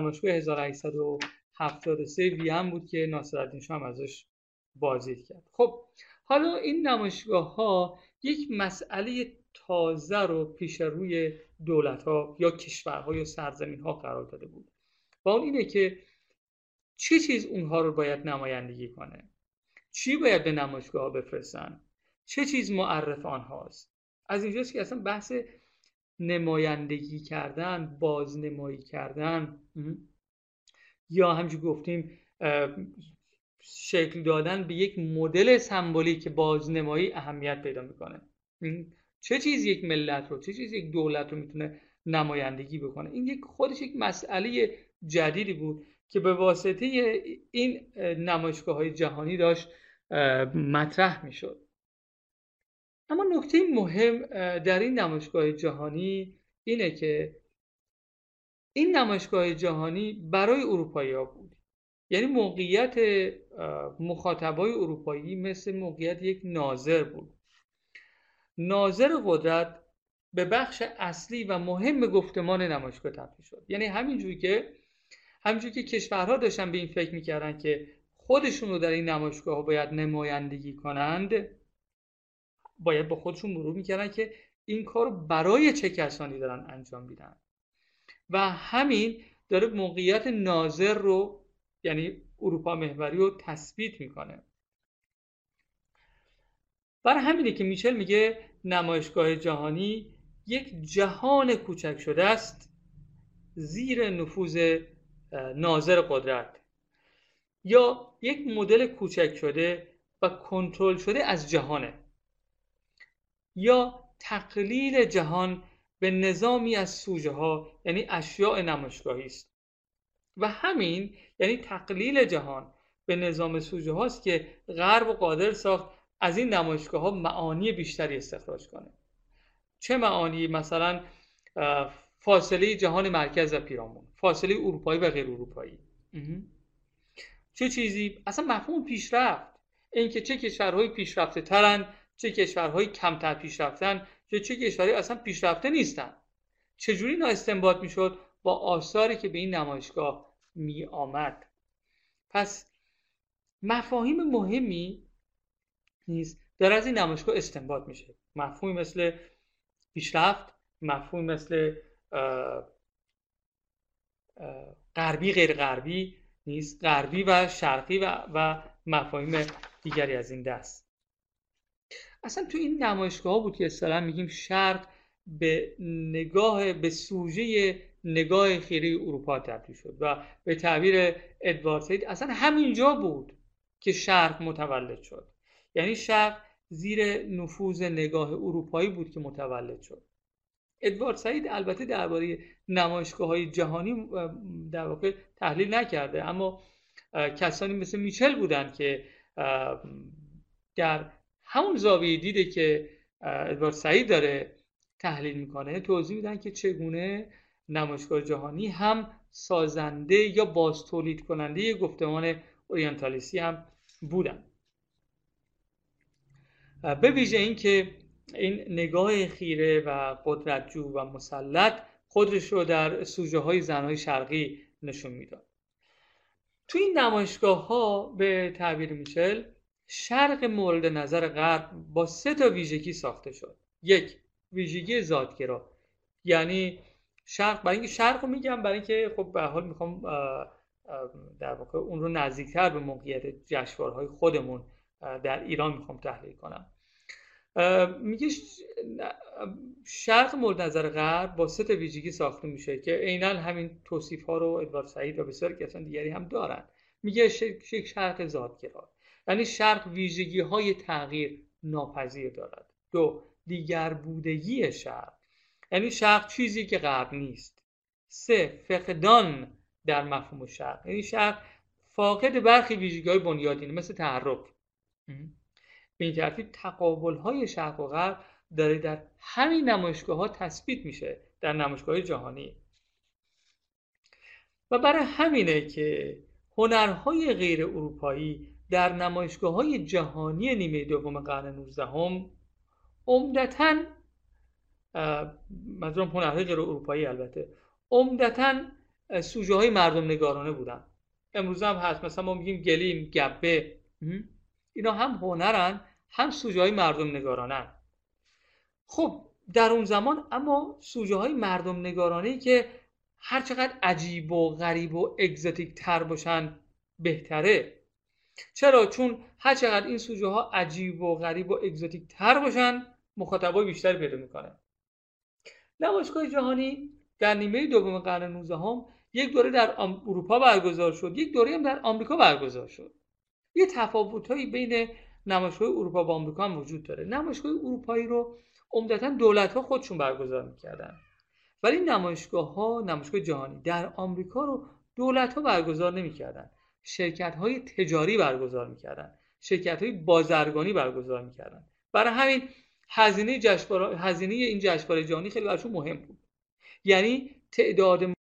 1873 وین بود که ناصرالدین شاه هم ازش بازدید کرد. خب حالا این نمایشگاه‌ها یک مسئله تازه رو پیش روی دولت‌ها یا کشورها یا سرزمین‌ها قرار داده بود و اون اینه که چه چیز اونها رو باید نمایندگی کنه، چی باید به نمایشگاه‌ها بفرستن، چه چیز معرف آنهاست. از اینجاست که اصلا بحث نمایندگی کردن، بازنمایی کردن یا همچون گفتیم شکل دادن به یک مدل سمبولیک بازنمایی اهمیت پیدا میکنه. چه چیز یک ملت رو، چه چیز یک دولت رو میتونه نمایندگی بکنه. این خودش یک مسئله جدیدی بود که به واسطه این نمایشگاه‌های جهانی داشت مطرح میشد. اما نکته مهم در این نمایشگاه جهانی اینه که این نمایشگاه جهانی برای اروپایی‌ها بود. یعنی موقعیت مخاطبای اروپایی مثل موقعیت یک ناظر بود. ناظر قدرت به بخش اصلی و مهم گفتمان نمایشگاه تبدیل شد. یعنی همینجوری که کشورها داشتن به این فکر میکردن که خودشون رو در این نمایشگاه باید نمایندگی کنند، باید با خودشون مرور میکردن که این کار رو برای چه کسانی دارن انجام میدن و همین داره موقعیت ناظر رو، یعنی اروپا محوری رو تثبیت میکنه. برای همینه که میشل میگه نمایشگاه جهانی یک جهان کوچک شده است زیر نفوذ ناظر قدرت، یا یک مدل کوچک شده و کنترل شده از جهانه، یا تقلیل جهان به نظامی از سوژه ها یعنی اشیاء نمایشگاهی است و همین یعنی تقلیل جهان به نظام سوژه هاست که غرب قادر ساخت از این نمایشگاه ها معانی بیشتری استخراج کنه. چه معانی؟ مثلا فاصله جهان مرکز و پیرامون، فاصله اروپایی و غیر اروپایی. چه چیزی؟ اصلا مفهوم پیشرفت، اینکه چه کشورهای پیشرفته ترن، چه کشورهای کمتر پیشرفتن، چه کشورهای اصلا پیشرفته نیستن. چجوری اینا استنباط میشد؟ با آثاری که به این نمایشگاه می آمد. پس مفاهیم مهمی نیست داره از این نمایشگاه استنباط میشه. مفهومی مثل پیشرفت، مفهومی مثل غربی غیر غربی نیست، غربی و شرقی و مفاهیم دیگری از این دست. اصلا تو این نمایشگاه ها بود که اصطلاحاً میگیم شرق به سوژه نگاه خیره اروپا تبدیل شد و به تعبیر ادوارد سعید اصلا همینجا بود که شرق متولد شد. یعنی شرق زیر نفوذ نگاه اروپایی بود که متولد شد. ادوارد سعید البته درباره نمایشگاه‌های جهانی در واقع تحلیل نکرده، اما کسانی مثل میچل بودن که در همون زاویه دیده که ادوارد سعید داره تحلیل میکنه توضیح میدن که چگونه نمایشگاه جهانی هم سازنده یا باز تولید کننده گفتمان اورینتالیستی هم بودن. به ویژه این که این نگاه خیره و قدرتجو و مسلط خودش رو در سوژه های زنهای شرقی نشون میداد. تو این نمایشگاه ها به تعبیر میچل شرق مورد نظر غرب با 3 ویژگی ساخته شد. 1. ویژگی ذاتگرا، یعنی شرق، برای اینکه شرق رو میگم برای اینکه خب به حال میخوام در واقع اون رو نزدیکتر به موقعیت جشنواره‌های خودمون در ایران میخوام تحلیل کنم. میگه شرق مورد نظر غرب با 3 ویژگی ساخته میشه که عیناً همین توصیف ها رو ادوارد سعید و بسیاری کسان دیگری هم دارن. میگه شرق ذاتگرا، یعنی شرق ویژگی های تغییر ناپذیر دارد. 2. دیگر بودگی شرق، یعنی شرق چیزی که غرب نیست. 3. فقدان در مفهوم شرق، یعنی شرق فاقد برخی ویژگی‌های بنیادینه مثل تحرک. به این ترتیب تقابل‌های شرق و غرب داره در همین نمایشگاه‌ها تثبیت میشه در نمایشگاه جهانی و برای همینه که هنرهای غیر اروپایی در نمایشگاه‌های جهانی نیمه دوم قرن 19 عمدتاً منظورم هنرهای غیر اروپایی البته عمدتاً سوژه‌های مردم نگارانه بودن. امروز هم هست، مثلا ما میگیم گلیم، گبه، اینا هم هنرن هم سوژه‌های مردم نگارانه. خب در اون زمان اما سوژه‌های مردم نگارانه‌ای که هر چقدر عجیب و غریب و اگزوتیک تر باشن بهتره. چرا؟ چون هر چقدر این سوژه‌ها عجیب و غریب و اگزوتیک تر باشن مخاطبای بیشتری پیدا میکنه. نمایشگاه جهانی در نیمه دوم قرن 19 یک دوره در اروپا برگزار شد، یک دوره هم در آمریکا برگزار شد. یه تفاوتایی بین نمایشگاه اروپا و آمریکا هم وجود داره. نمایشگاه اروپایی رو عمدتاً دولت‌ها خودشون برگزار می‌کردن، ولی نمایشگاه جهانی در آمریکا رو دولت‌ها برگزار نمی‌کردن. شرکت‌های تجاری برگزار می‌کردن، شرکت‌های بازرگانی برگزار می‌کردن. برای همین هزینه این جشنواره جهانی خیلی براشون مهم بود. یعنی تعداد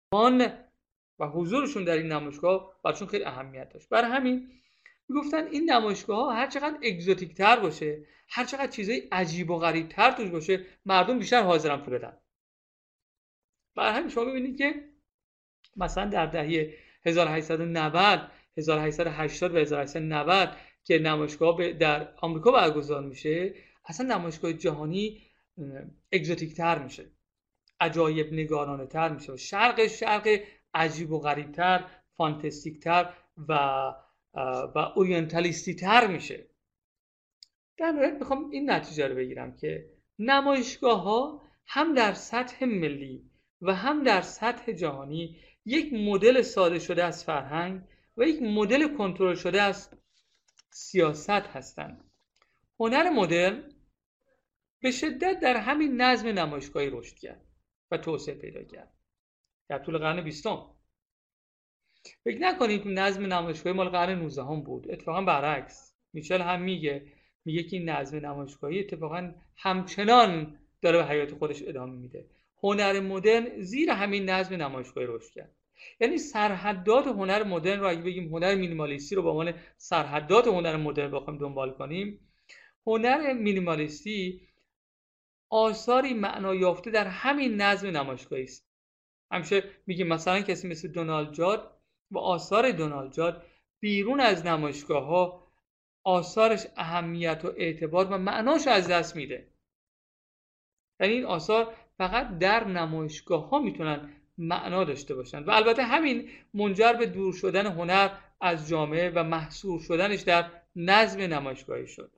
و حضورشون در این نمایشگاه براشون خیلی اهمیت داشت. برای همین میگفتن این نمایشگاه ها هر چقدر اگزوتیک تر باشه، هر چقدر چیزای عجیب و غریب تر توش باشه، مردم بیشتر حاضرن پول بدن. برای همین شما ببینید که مثلا در دهه 1890 1880 و 1890 که نمایشگاه در آمریکا برگزار میشه، اصلا نمایشگاه جهانی اگزوتیک تر میشه، عجایب نگارانه تر میشه، شرق عجیب و غریب تر، فانتاستیک تر و اورینتالیستی تر میشه. در نهایت میخوام این نتیجه رو بگیرم که نمایشگاه ها هم در سطح ملی و هم در سطح جهانی یک مدل ساده شده از فرهنگ و یک مدل کنترل شده از سیاست هستند. هنر مدرن به شدت در همین نظم نمایشگاهی رشد کرد و توسعه پیدا کرد در طول قرن 20. فکر نکنید نظم نمایشگاهی مال قرن 19 بود. اتفاقا برعکس، میچل هم میگه که این نظم نمایشگاهی اتفاقا همچنان داره به حیات خودش ادامه میده. هنر مدرن زیر همین نظم نمایشگاهی رشد کرد. یعنی سرحدات هنر مدرن رو اگه بگیم هنر مینیمالیستی رو به عنوان سرحدات هنر مدرن بخوایم دنبال کنیم، هنر مینیمالیستی آثاری معنا یافته در همین نظم نمایشگاهی است. همیشه میگیم مثلا کسی مثل دونالد جاد و آثار دونالد جاد بیرون از نمایشگاه‌ها آثارش اهمیت و اعتبار و معناش از دست میده. یعنی این آثار فقط در نمایشگاه‌ها میتونن معنا داشته باشن و البته همین منجر به دور شدن هنر از جامعه و محصور شدنش در نظم نمایشگاهی شد.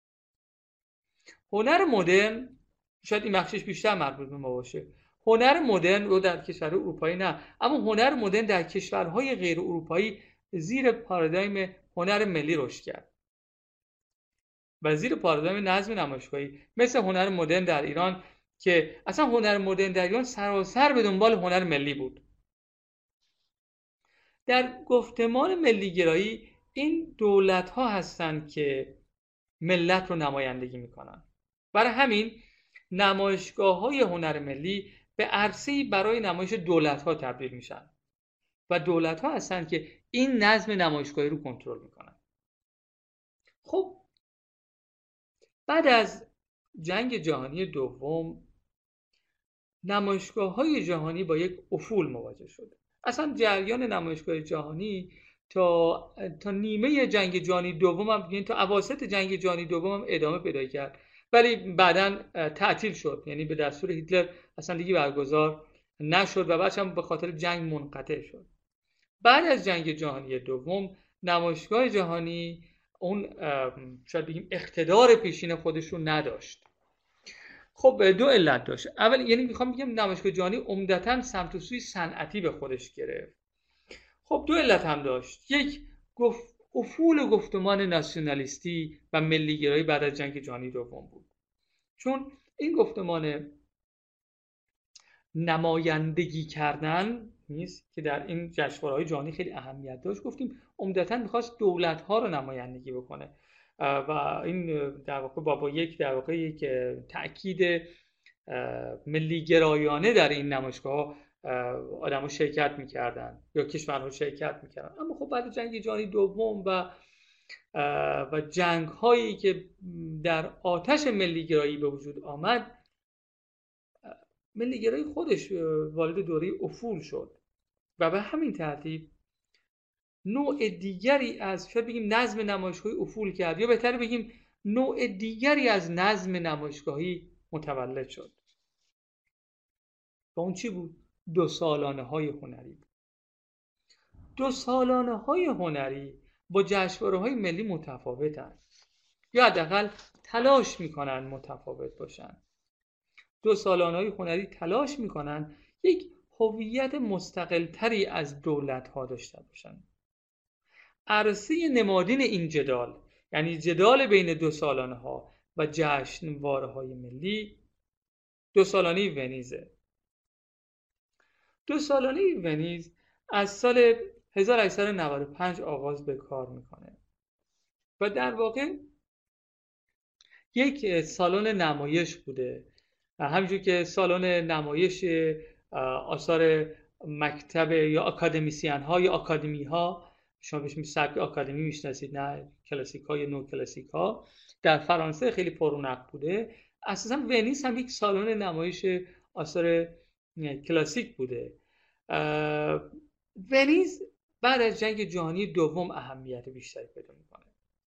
هنر مدرن، شاید این بخشش بیشتر مربوط به ما باشه، هنر مدرن رو در کشور اروپایی نه، اما هنر مدرن در کشورهای غیر اروپایی زیر پارادایم هنر ملی رشد کرد و زیر پارادایم نظم نمایشگاهی، مثل هنر مدرن در ایران که اصلا هنر مدرن در ایران سراسر به دنبال هنر ملی بود. در گفتمان ملیگرایی این دولت‌ها هستند که ملت رو نمایندگی میکنن. برای همین نمایشگاه‌های هنر ملی به عرصه‌ای برای نمایش دولت‌ها تبدیل میشن و دولت‌ها هستند که این نظم نمایشگاهی رو کنترل میکنن. خب بعد از جنگ جهانی دوم نمایشگاه‌های جهانی با یک افول مواجه شد. اصلا جریان نمایشگاه جهانی تا نیمه جنگ جهانی دوم هم، یعنی تا اواسط جنگ جهانی دوم هم ادامه پیدا کرد، ولی بعداً تعطیل شد. یعنی به دستور هیتلر اصلا دیگه برگزار نشد و بعدش هم به خاطر جنگ منقطع شد. بعد از جنگ جهانی دوم نمایشگاه جهانی اون شاید بگیم اقتدار پیشین خودش رو نداشت. خب دو علت داشت. اول یعنی میخوام بگم نمایشگاه جهانی عمدتاً سمت و سوی صنعتی به خودش گرفت. خب دو علت هم داشت. یک، افول گفتمان ناسیونالیستی و ملیگرایی بعد از جنگ جهانی دوم بود، چون این گفتمان نمایندگی کردن نیست که در این جشنواره‌های جهانی خیلی اهمیت داشت. گفتیم عمدتاً می‌خواست دولت‌ها رو نمایندگی بکنه و این در واقع با یک تأکید ملیگرایانه در این نمایشگاه آدم‌ها شرکت می‌کردن یا کشورها شرکت می‌کردن. اما خب بعد جنگ جهانی دوم و جنگ‌هایی که در آتش ملیگرایی به وجود آمد، ملیگرایی خودش وارد دوره افول شد و به همین ترتیب نوع دیگری از شاید بگیم نظم نمایشگاهی افول کرد، یا بهتر بگیم نوع دیگری از نظم نمایشگاهی متولد شد. و اون چی بود؟ دو سالانه‌های هنری. دو سالانه‌های هنری با جشنواره‌های ملی متفاوتن، یا حداقل تلاش میکنن متفاوت باشن. دو سالانه‌های هنری تلاش میکنن یک هویت مستقل‌تری از دولت‌ها داشته باشن. عرصه نمادین این جدال، یعنی جدال بین دو سالانه‌ها و جشنواره‌های ملی، دو سالانه ونیزه. دو سالانه ونیز از سال 1895 آغاز به کار میکنه و در واقع یک سالن نمایش بوده، همینجور که سالن نمایش آثار مکتب یا اکادمیسیان ها یا آکادمی ها، شما بهش سبک آکادمی میشناسید، نه کلاسیک ها یا نو کلاسیک ها، در فرانسه خیلی پررونق بوده. اساسا ونیز هم یک سالن نمایش آثار کلاسیک بوده. ونیز بعد از جنگ جهانی دوم اهمیت بیشتری پیدا میکنه.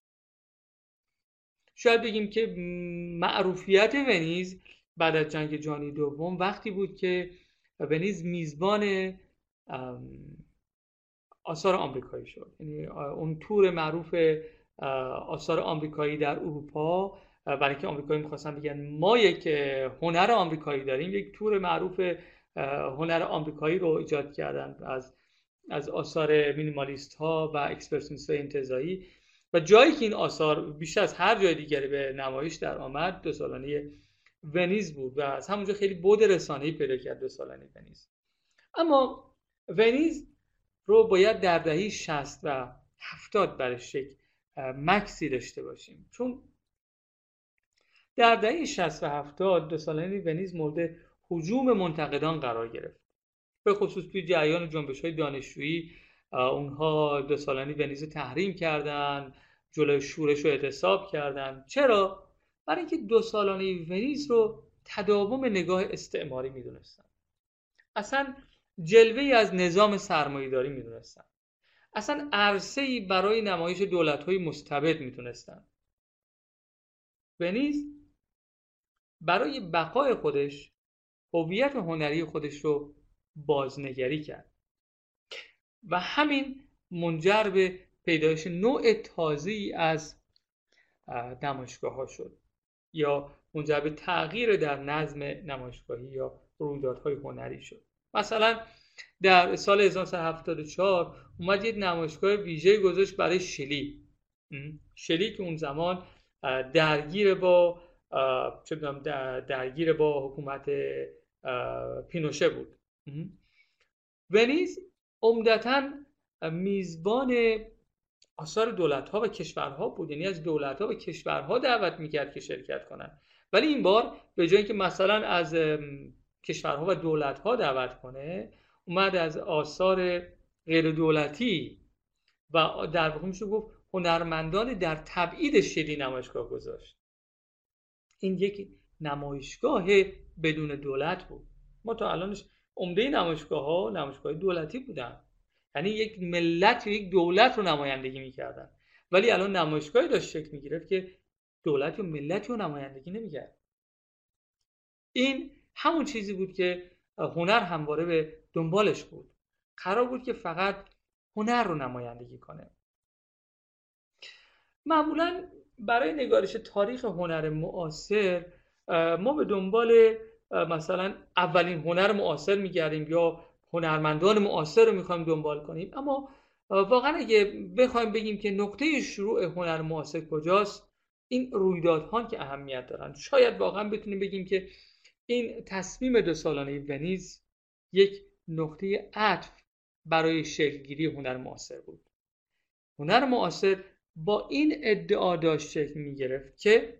شاید بگیم که معروفیت ونیز بعد از جنگ جهانی دوم وقتی بود که ونیز میزبان آثار آمریکایی شد. یعنی اون تور معروف آثار آمریکایی در اروپا، برای اینکه آمریکایی می‌خواستن بگن ما یک هنر آمریکایی داریم، یک تور معروف هنر آمریکایی رو ایجاد کردن از آثار مینیمالیست ها و اکسپرسیونیست های انتزاعی، و جایی که این آثار بیشتر از هر جای دیگری به نمایش در آمد دو سالانه ونیز بود و از همونجا خیلی بود رسانه‌ای پیدا کرد دو سالانه ونیز. اما ونیز رو باید در دهه 60 و 70 برش یک مکسی داشته باشیم، چون در دهه 60 و 70 دو سالانه ونیز مورد هجوم منتقدان قرار گرفت، به خصوص توی جریان جنبش‌های دانشجویی. اونها دو سالانه ونیز رو تحریم کردن، جلوی شورش رو اعتصاب کردن. چرا؟ برای اینکه دو سالانه ونیز رو تداوم نگاه استعماری میدونستن، اصلا جلوه‌ای از نظام سرمایه‌داری میدونستن، اصلا عرصه‌ای برای نمایش دولت‌های مستبد میدونستن. ونیز برای بقای خودش هویت هنری خودش رو بازنگری کرد و همین منجر به پیدایش نوع تازه‌ای از نمایشگاه‌ها شد یا منجر به تغییر در نظم نمایشگاهی یا رویدادهای هنری شد. مثلا در سال 1974 اومد یک نمایشگاه ویژه گذاشت برای شلی که اون زمان درگیر با حکومت پینوشه بود. ونیز عمدتاً میزبان آثار دولت‌ها و کشورها بود، یعنی از دولت‌ها و کشورها دعوت می‌کرد که شرکت کنن، ولی این بار به جای اینکه مثلا از کشورها و دولت‌ها دعوت کنه، اومد از آثار غیر دولتی و در واقع میشه گفت هنرمندان در تبعید شلی نمایشگاه گذاشت. این یک نمایشگاه بدون دولت بود. ما تا الانش عمده نمایشگاه‌ها نمایشگاه دولتی بودن، یعنی یک ملت یا یک دولت رو نمایندگی می‌کردن، ولی الان نمایشگاهی داشت شکل می‌گرفت که دولت و ملت رو نمایندگی نمی‌کرد. این همون چیزی بود که هنر همواره به دنبالش بود. قرار بود که فقط هنر رو نمایندگی کنه. معمولاً برای نگارش تاریخ هنر معاصر ما به دنبال مثلا اولین هنر معاصر می‌گردیم یا هنرمندان معاصر رو می‌خوایم دنبال کنیم، اما واقعا اگه بخوایم بگیم که نقطه شروع هنر معاصر کجاست، این رویدادها که اهمیت دارن. شاید واقعا بتونیم بگیم که این تصمیم دو سالانه ونیز یک نقطه عطف برای شکلگیری هنر معاصر بود. هنر معاصر با این ادعا داشت شکل می‌گرفت که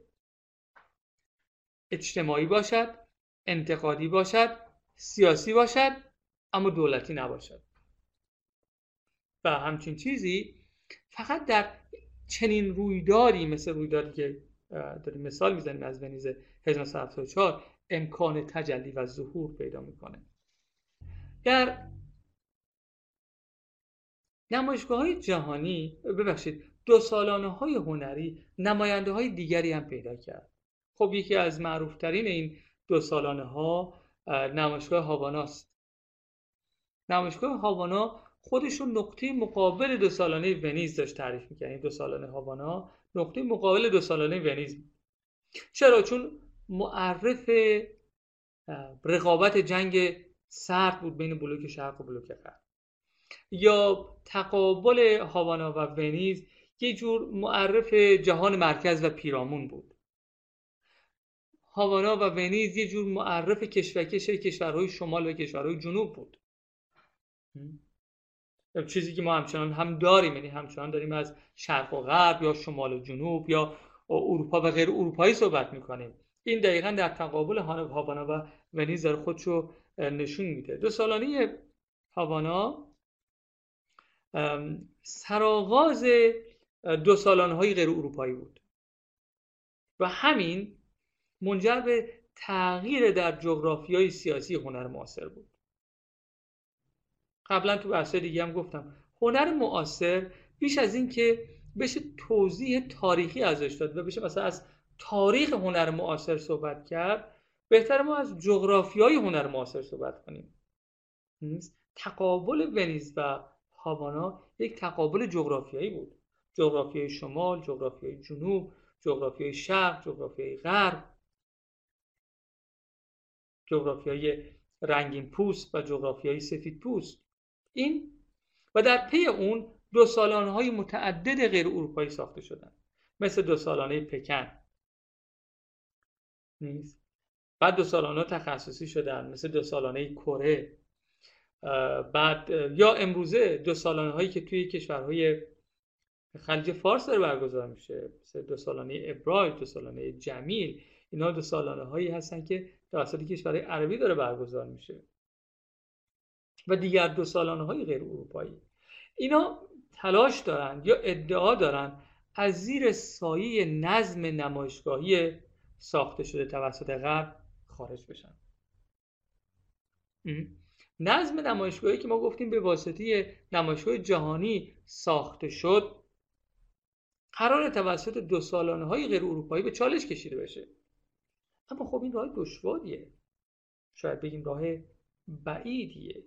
اجتماعی باشد، انتقادی باشد، سیاسی باشد، اما دولتی نباشد. و همچین چیزی فقط در چنین رویدادی مثل رویدادی که داریم مثال میزنیم از ونیز 1974 امکان تجلی و ظهور پیدا میکنه. در نمایشگاه‌های جهانی دو سالانه های هنری نماینده های دیگری هم پیدا کرد. خب یکی از معروفترین این دو سالانه ها نمایشگاه هاواناست. نمایشگاه هاوانا خودشون نقطه مقابل دو سالانه ونیز داشت تعریف می‌کرد. این دو سالانه هاوانا نقطه مقابل دو سالانه ونیز. چرا؟ چون معرف رقابت جنگ سرد بود بین بلوک شرق و بلوک غرب، یا تقابل هاوانا و ونیز یه جور معرف جهان مرکز و پیرامون بود. هاوانا و ونیز یه جور معرف کشمکش کشورهای شمال و کشورهای جنوب بود، چیزی که ما همچنان هم داریم، یعنی همچنان داریم از شرق و غرب یا شمال و جنوب یا اروپا و غیر اروپایی صحبت میکنیم. این دقیقاً در تقابل هاوانا و ونیز داره خودشو نشون میده. دو سالانه هاوانا سرآغاز 2 سالانه‌های غیر اروپایی بود و همین منجر به تغییر در جغرافیای سیاسی هنر معاصر بود. قبلا تو بحث دیگه هم گفتم هنر معاصر بیش از این که بشه توضیح تاریخی ازش داد و بشه مثلا از تاریخ هنر معاصر صحبت کرد، بهتر ما از جغرافیای هنر معاصر صحبت کنیم. تقابل ونیز و هاوانا یک تقابل جغرافیایی بود. جغرافیای شمال، جغرافیای جنوب، جغرافیای شرق، جغرافیای غرب، جغرافیای رنگین پوست و جغرافیای سفید پوست. این و در پی اون 2 سالانه‌های متعدد غیر اروپایی ساخته شدن، مثل 2 سالانه پکن نیست. بعد 2 سالانه تخصصی شدن، مثل 2 سالانه کره. بعد یا امروزه 2 سالانه هایی که توی کشورهای خلیج فارس داره برگزار میشه، مثل 2 سالانه ابراج، 2 سالانه جمیل. اینا 2 سالانه هایی هستن که توسط کشورهای عربی داره برگزار میشه و دیگر 2 سالانه های غیر اروپایی. اینا تلاش دارن یا ادعا دارن از زیر سایه نظم نمایشگاهی ساخته شده توسط غرب خارج بشن. نظم نمایشگاهی که ما گفتیم به واسطه نمایشگاه جهانی ساخته شد، قرار توسط 2 سالانه های غیر اروپایی به چالش کشیده بشه. اما خب این راه دشواریه، شاید بگیم راه بعیدیه.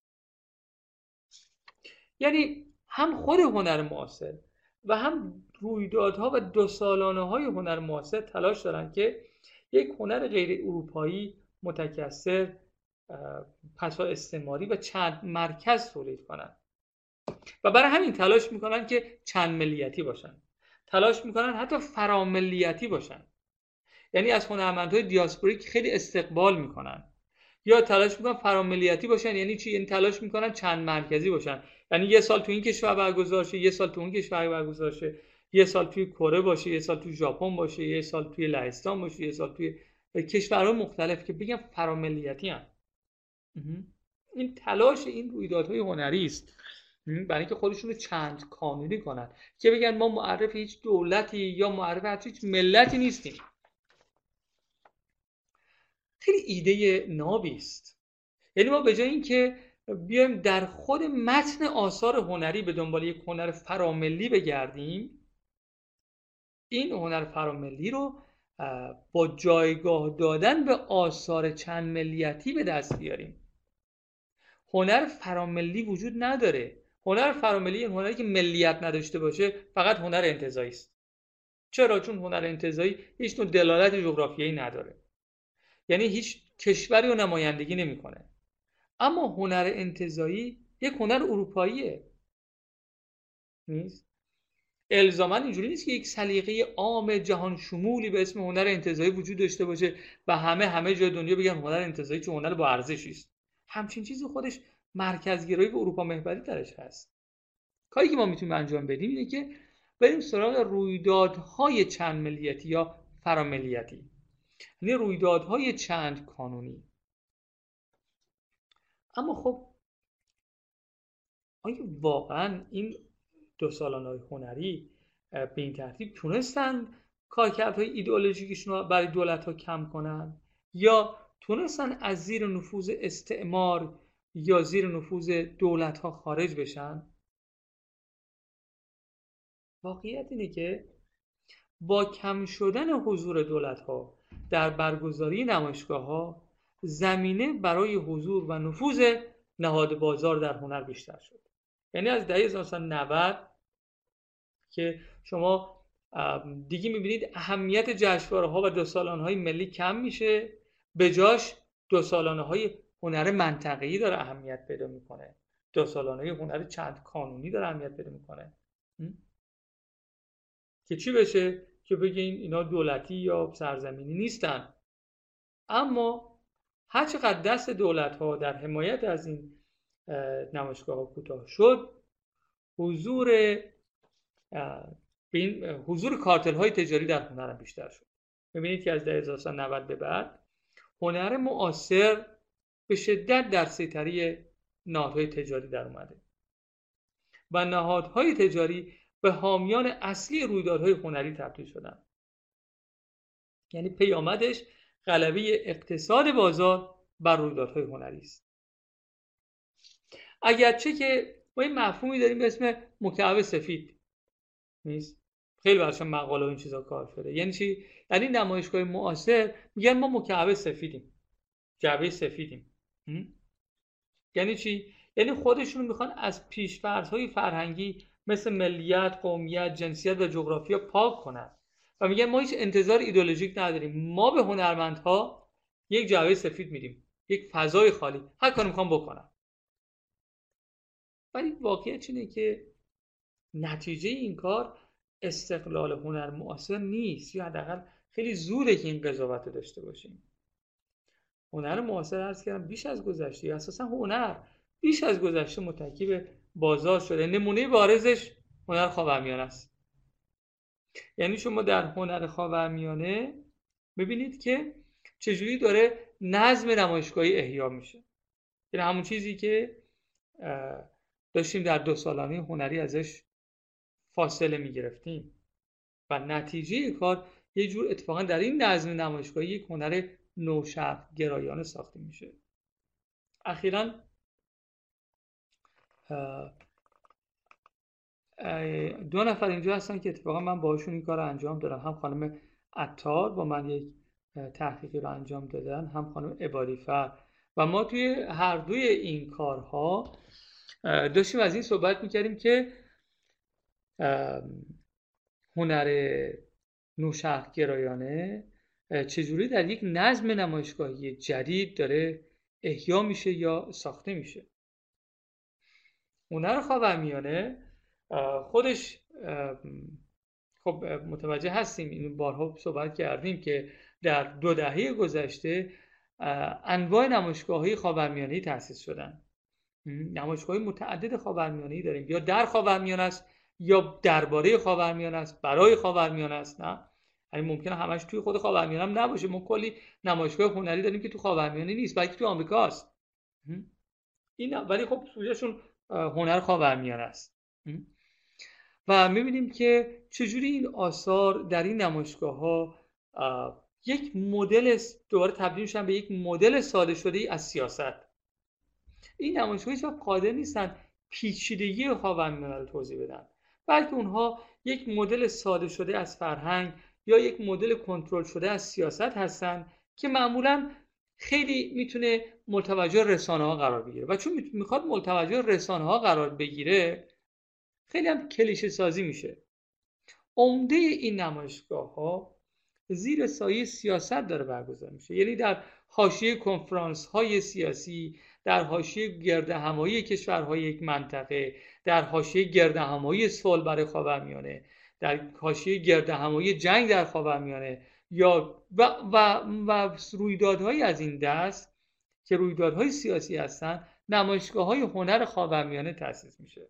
یعنی هم خود هنر معاصر و هم رویدادها و 2 سالانه های هنر معاصر تلاش دارن که یک هنر غیر اروپایی متکثر، پسا استعماری و چند مرکز تولید کنن و برای همین تلاش میکنن که چند ملیتی باشن، تلاش میکنن حتی فراملیتی باشن، یعنی از هنرمندهای دیاسپوریک خیلی استقبال میکنن. یا تلاش میکنن فراملیتی باشن، یعنی چی؟ یعنی تلاش میکنن چند مرکزی باشن، یعنی یه سال تو این کشور برگزار شه، یه سال تو اون کشور برگزار شه، یه سال توی کره باشه، یه سال توی ژاپن باشه، یه سال توی لهستان باشه، یه سال توی کشورهای مختلف که بگم فراملیتی ان. این تلاش این رویدادهای هنری است برای اینکه خودشون رو چند کانونی کنن که بگن ما معرف هیچ دولتی یا معرف هیچ ملتی نیستیم. خیلی ایده نابی است. یعنی ما به جای اینکه بیایم در خود متن آثار هنری به دنبال یک هنر فراملی بگردیم، این هنر فراملی رو با جایگاه دادن به آثار چند ملیتی به دست بیاریم. هنر فراملی وجود نداره. هنر فراملی این هنری که ملیت نداشته باشه فقط هنر انتزاعی است. چرا؟ چون هنر انتزاعی هیچ نوع دلالت جغرافیایی نداره، یعنی هیچ کشوری رو نمایندگی نمیکنه. اما هنر انتزاعی یک هنر اروپاییه، نیست؟ الزاما اینجوری نیست که یک سلیقه عام جهان شمولی به اسم هنر انتزاعی وجود داشته باشه و همه جای دنیا بگن هنر انتزاعی چه هنر با ارزشی است. همچین چیزی خودش مرکزگرایی و اروپا محوری درش هست. کاری که ما میتونیم انجام بدیم اینه که بریم سراغ رویدادهای چند ملیتی یا فراملیتی، یعنی رویدادهای چند کانونی. اما خب آیا واقعا این 2 سالانه‌های هنری به این ترتیب تونستن کارکردهای ایدئولوژیکشون رو برای دولت‌ها کم کنن یا تونستن از زیر نفوذ استعمار یا زیر نفوذ دولت‌ها خارج بشن؟ واقعیت اینه که با کم شدن حضور دولت‌ها در برگزاری نمایشگاه‌ها، زمینه برای حضور و نفوذ نهاد بازار در هنر بیشتر شد. یعنی از دهه 1990 که شما دیگه می‌بینید اهمیت جشنواره‌ها و 2 سالانه‌های ملی کم میشه، به جاش 2 سالانه‌های هنر منطقه‌ای داره اهمیت پیدا میکنه، 2 سالانه‌های هنر چند کانونی داره اهمیت پیدا میکنه. که چی بشه؟ که بگین اینا دولتی یا سرزمینی نیستن. اما هر چقدر دست دولت‌ها در حمایت از این نمایشگاه‌ها کوتاه شد، حضور کارتل‌های تجاری در هنر هم بیشتر شد. ببینید که از دهه 1990 به بعد هنر معاصر به شدت در سیطره نهادهای تجاری در اومده و نهادهای تجاری به حامیان اصلی رویدادهای هنری تبدیل شدن. یعنی پیامدش غلبه اقتصاد بازار بر رویدادهای هنری است. اگرچه که ما این مفهومی داریم به اسم مکعب سفید نیست، خیلی براشون مقاله و این چیزا کار شده. یعنی چی؟ یعنی نمایشگاه معاصر میگن ما مکعب سفیدیم، جعبه سفیدیم. یعنی چی؟ یعنی خودشون میخوان از پیش‌فرض‌های فرهنگی مثل ملیت، قومیت، جنسیت و جغرافیا پاک کنن و میگن ما هیچ انتظار ایدئولوژیک نداریم، ما به هنرمندها یک جعبه سفید میدیم، یک فضای خالی، هر کاری میخوان بکنن. ولی واقعیت اینه که نتیجه این کار استقلال هنر معاصر نیست، یا حداقل خیلی زوده که این قضاوت داشته باشیم. هنر معاصر عرض کردم بیش از گذشته، اساسا هنر بیش از گذشته متکی به بازار شده. نمونه بارزش هنر خاورمیانه است. یعنی شما در هنر خاورمیانه ببینید که چجوری داره نظم نمایشگاهی احیا میشه. یعنی همون چیزی که داشتیم در 2 سالانه هنری ازش فاصله میگرفتیم و نتیجه کار یه جور اتفاقا در این نظم نمایشگاهی یک هنر نوشرق گرایانه ساخته میشه. اخیراً 2 نفر اینجا هستن که اتفاقا من باهاشون این کار رو انجام دادم. هم خانم عطار با من یک تحقیقی رو انجام دادن، هم خانم عبادی‌فر، و ما توی هر دوی این کارها داشتیم از این صحبت میکردیم که هنر نوشرق گرایانه چجوری در یک نظم نمایشگاهی جدید داره احیا میشه یا ساخته میشه. هنر خاورمیانه خودش خب متوجه هستیم، این بارها صحبت کردیم که در 2 دهه گذشته انواع نمایشگاه‌های خاورمیانه‌ای تأسیس شدن. نمایشگاه‌های متعدد خاورمیانه‌ای داریم، یا در خاورمیانه است، یا درباره خاورمیانه است، برای خاورمیانه است. نه، یعنی ممکنه همش توی خود خاورمیانه هم نباشه. ما کلی نمایشگاه هنری داریم که تو خاورمیانه نیست، بلکه تو آمریکاست. این ولی خب سوژهشون هنر خاورمیانه است. و می‌بینیم که چجوری این آثار در این نمایشگاه‌ها یک مدل دوباره تبدیل میشن به یک مدل ساده شده از سیاست. این نمایشگاه‌ها هیچ وقت قادر نیستن پیچیدگی خاورمیانه رو توضیح بدن، بلکه اونها یک مدل ساده شده از فرهنگ یا یک مدل کنترل شده از سیاست هستن که معمولاً خیلی میتونه متوجه رسانه‌ها قرار بگیره، و چون میخواد متوجه رسانه‌ها قرار بگیره خیلی هم کلیشه سازی میشه. عمده این نمایشگاه‌ها زیر سایه سیاست داره برگزار میشه، یعنی در حاشیه کنفرانس‌های سیاسی، در حاشیه گردهمایی کشورهای یک منطقه، در حاشیه گردهمایی صلح برای خاورمیانه، در حاشیه گردهمایی جنگ در خاورمیانه، یا و رویدادهای از این دست که رویدادهای سیاسی هستن، نمایشگاه‌های هنر خاورمیانه تأسیس میشه.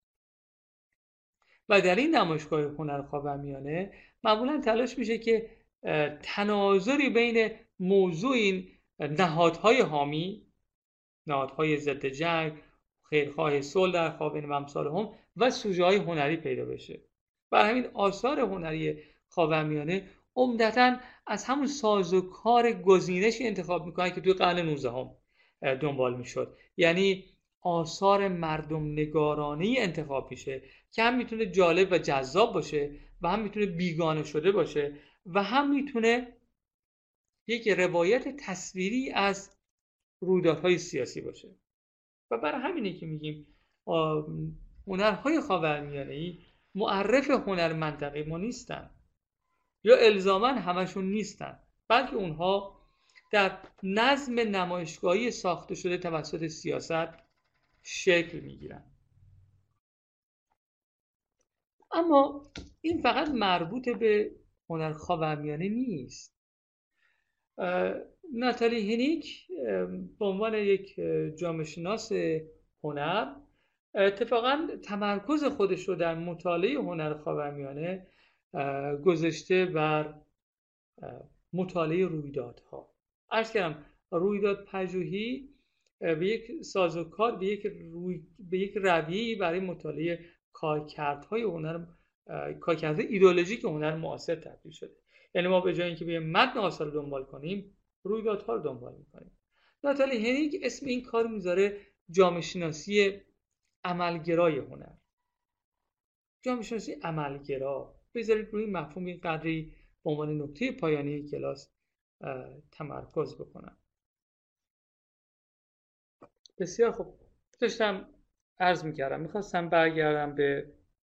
و در این نمایشگاه هنر خاورمیانه معمولا تلاش میشه که تناظری بین موضوع این نهادهای حامی، نهادهای ضد جنگ، خیرخواه صلح در خاورمیانه و امثالهم و سوژه‌های هنری پیدا بشه. برای همین آثار هنری خاورمیانه عمدتاً از همون سازوکار گزینشی انتخاب میکنن که توی قرن 19 دنبال میشد. یعنی آثار مردم نگارانه‌ای انتخاب میشه که هم میتونه جالب و جذاب باشه و هم میتونه بیگانه شده باشه و هم میتونه یک روایت تصویری از رویدادهای سیاسی باشه. و برای همینه که میگیم هنرهای خاورمیانه‌ای معرف هنر منطقه ما نیستن یا الزاماً همشون نیستن، بلکه اونها در نظم نمایشگاهی ساخته شده توسط سیاست شکل میگیرن. اما این فقط مربوط به هنر خاورمیانه نیست. ناتالی هنیک به عنوان یک جامعه شناس هنر اتفاقاً تمرکز خودش رو در مطالعه هنر خاورمیانه گذاشته بر مطالعه رویدادها. عرض کردم رویداد پژوهی به یک سازوکار، به یک رویه‌ای برای مطالعه کارکردهای هنر، کارکرد ایدئولوژیک هنر معاصر تبدیل شده. یعنی ما به جای اینکه بیایم متن آثار رو دنبال کنیم، رویدادها رو دنبال می‌کنیم. ناتالی هنیگ اسم این کار میذاره جامعه شناسی عملگرای هنر. جامعه شناسی عملگرا، بذارید روی مفهوم این قدری به عنوان نکته پایانی کلاس تمرکز بکنم. بسیار خوب، داشتم عرض میکردم میخواستم برگردم به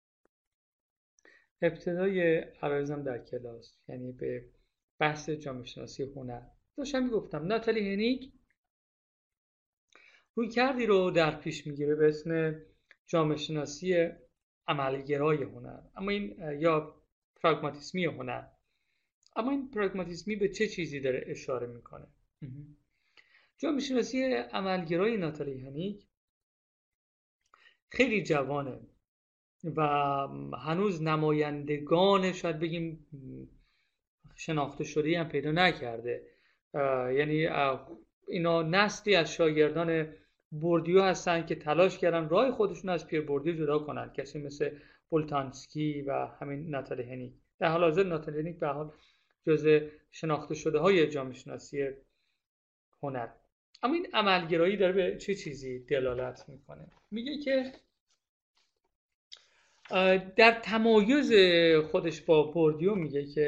ابتدای عرایزم در کلاس، یعنی به بحث جامعه شناسی هنر. داشتم میگفتم ناتالی هنیگ روی کردی رو در پیش میگیره به اسم جامعه شناسی عملگرای هنر، اما این یا پراگماتیسمی هنر. اما این پراگماتیسمی به چه چیزی داره اشاره میکنه؟ جامعه شناسی عملگرای ناتالی هنیگ خیلی جوانه و هنوز نمایندگان شاید بگیم شناخته شده هم پیدا نکرده. یعنی اینا نسلی از شاگردان بوردیو هستن که تلاش کردن راه خودشون از پیر بوردیو جدا کنن، کسی مثل بولتانسکی و همین ناتالی هنیگ. در حال حاضر ناتالی هنیگ به حال جزء شناخته شده های جامعه شناسی هنر. اما این عملگرایی داره به چه چیزی دلالت میکنه؟ میگه که در تمایز خودش با بوردیو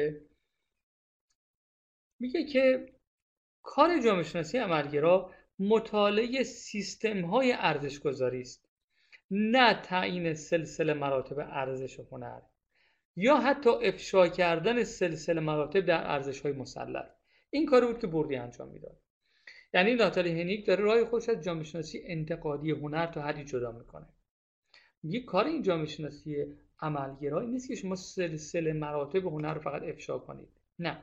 میگه که کار جامعه شناسی عملگرا مطالعه سیستم های ارزش گذاری است، نه تعیین سلسله مراتب ارزش هنر یا حتی افشا کردن سلسله مراتب در ارزش های مسلط. این کاری بود که بوردیو انجام میداد. یعنی ناتالی هنیگ داره راه خودش از جامعه شناسی انتقادی هنر تا حدی جدا میکنه. میگه کار این جامعه شناسی عملگرایی نیست که شما سلسله مراتب هنر رو فقط افشا کنید، نه.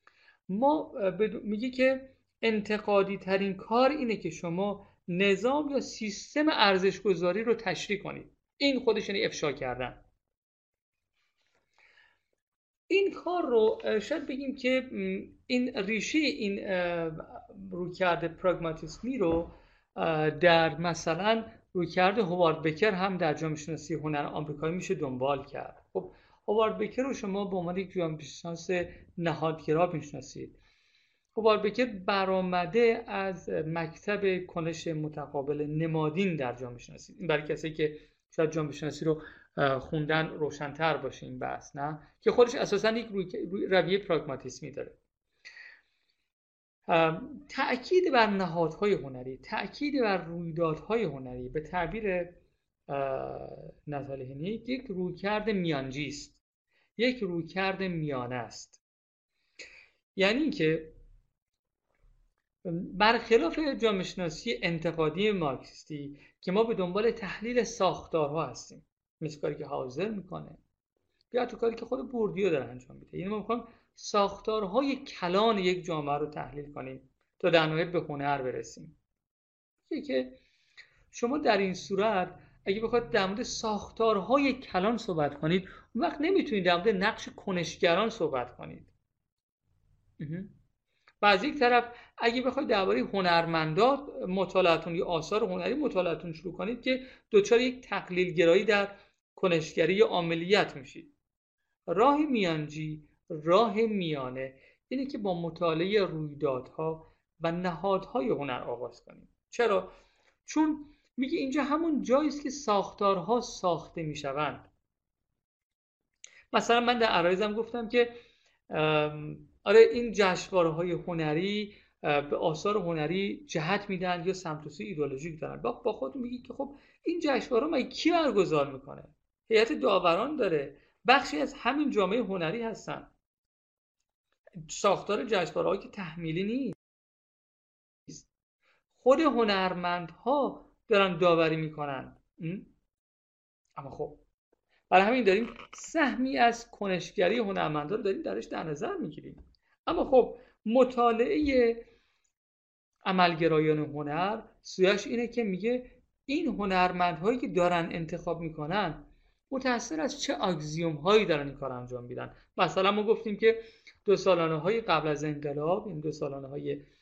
میگه که انتقادی ترین کار اینه که شما نظام یا سیستم ارزش گذاری رو تشریح کنید. این خودش یعنی افشا کردن. این کار رو شاید بگیم که این ریشه این رویکرد پراگماتیسمی رو در مثلا رویکرد هوارد بکر هم در جامعه شناسی هنر آمریکایی میشه دنبال کرد. خب هوارد بکر رو شما به عنوان یک جامعه شناس نهادگرا میشناسید. هوارد بکر برآمده از مکتب کنش متقابل نمادین در جامعه شناسی. این برای کسی که شاید جامعه شناسی رو خوندن روشن‌تر باشه این بحث، نه که خودش اساساً یک رویه پراگماتیسمی داره. تأکید بر نهادهای هنری، تأکید بر رویدادهای هنری به تعبیر ناتالی هنیگ یک رویکرد میانجی است، یک رویکرد میانه است. یعنی اینکه برخلاف جامعه شناسی انتقادی مارکسیستی که ما به دنبال تحلیل ساختارها هستیم، مثل کاری که هاوزر میکنه یا تو کاری که خود بوردیو داره انجام میده، یعنی ما میخوایم ساختارهای کلان یک جامعه رو تحلیل کنیم تا در نهایت به هنر برسیم. که شما در این صورت اگه بخواید در مورد ساختارهای کلان صحبت کنید، اون وقت نمیتونید در مورد نقش کنشگران صحبت کنید. و از یک طرف اگه بخواید درباره هنرمندان مطالعاتون یا آثار هنری مطالعاتون شروع کنید که دوچار یک تقلیل گرایی در کنشگری یا عاملیت میشید. راه میانجی، راه میانه اینه که با مطالعه رویدادها و نهادهای هنر آغاز کنیم. چرا؟ چون میگه اینجا همون جایی است که ساختارها ساخته میشوند. مثلا من در عرایزم گفتم که آره این جشنواره‌های هنری به آثار هنری جهت میدن یا سمت و سوی ایدئولوژیک دارن. با خودت میگی که خب این جشنواره‌ها مگه کی برگزار میکنه؟ هیئت داوران داره، بخشی از همین جامعه هنری هستن. ساختار جشنواره‌ها که تحمیلی نیست، خود هنرمندها دارن داوری میکنن. اما خب برای همین داریم سهمی از کنشگری هنرمندان رو داریم درش در نظر میگیریم. اما خب مطالعه عملگرایان هنر سویش اینه که میگه این هنرمندهایی که دارن انتخاب میکنن متأثر از چه اکسیوم هایی دارن این کار انجام میدن. مثلا ما گفتیم که 2 سالانه های قبل از انقلاب، این 2 سالانه های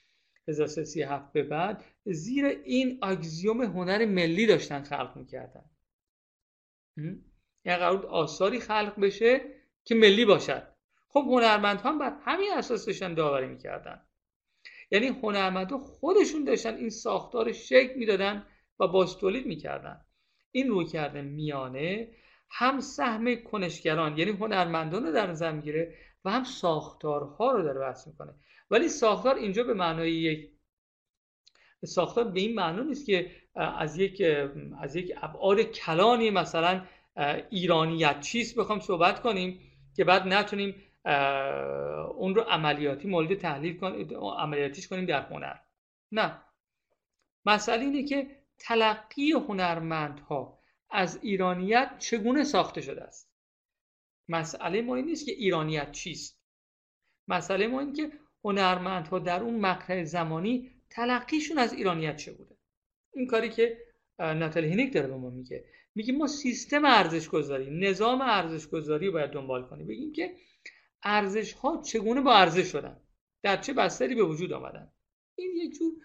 1337 به بعد زیر این اکسیوم هنر ملی داشتن خلق میکردن. یعنی قرار بود آثاری خلق بشه که ملی باشد. خب هنرمندها هم بر همین اساس داشتن داوری میکردن. یعنی هنرمندها خودشون داشتن این ساختار شکل میدادن و باز تولید میکردن. این رویکرد میانه هم سهم کنشگران یعنی هنرمندان رو در نظر میگیره و هم ساختارها رو داره بحث میکنه. ولی ساختار اینجا به معنای یک ساختار به این معنی نیست که از یک ابعاد کلانی مثلا ایرانیت چیست بخوام صحبت کنیم که بعد نتونیم اون رو عملیاتی مورد تحلیل کنیم، عملیاتیش کنیم در هنر. نه، مسئله اینه که تلقی هنرمندها از ایرانیت چگونه ساخته شده است. مسئله ما این نیست که ایرانیت چیست، مسئله ما اینه که هنرمندها در اون مقطع زمانی تلقیشون از ایرانیت چه بوده. این کاری که ناتالی هینیک داره به ما میگه ما سیستم ارزش گذاری، نظام ارزش گذاری رو باید دنبال کنیم. بگیم که ارزش ها چگونه با ارزش شدن، در چه بستری به وجود آمدن. این یک جور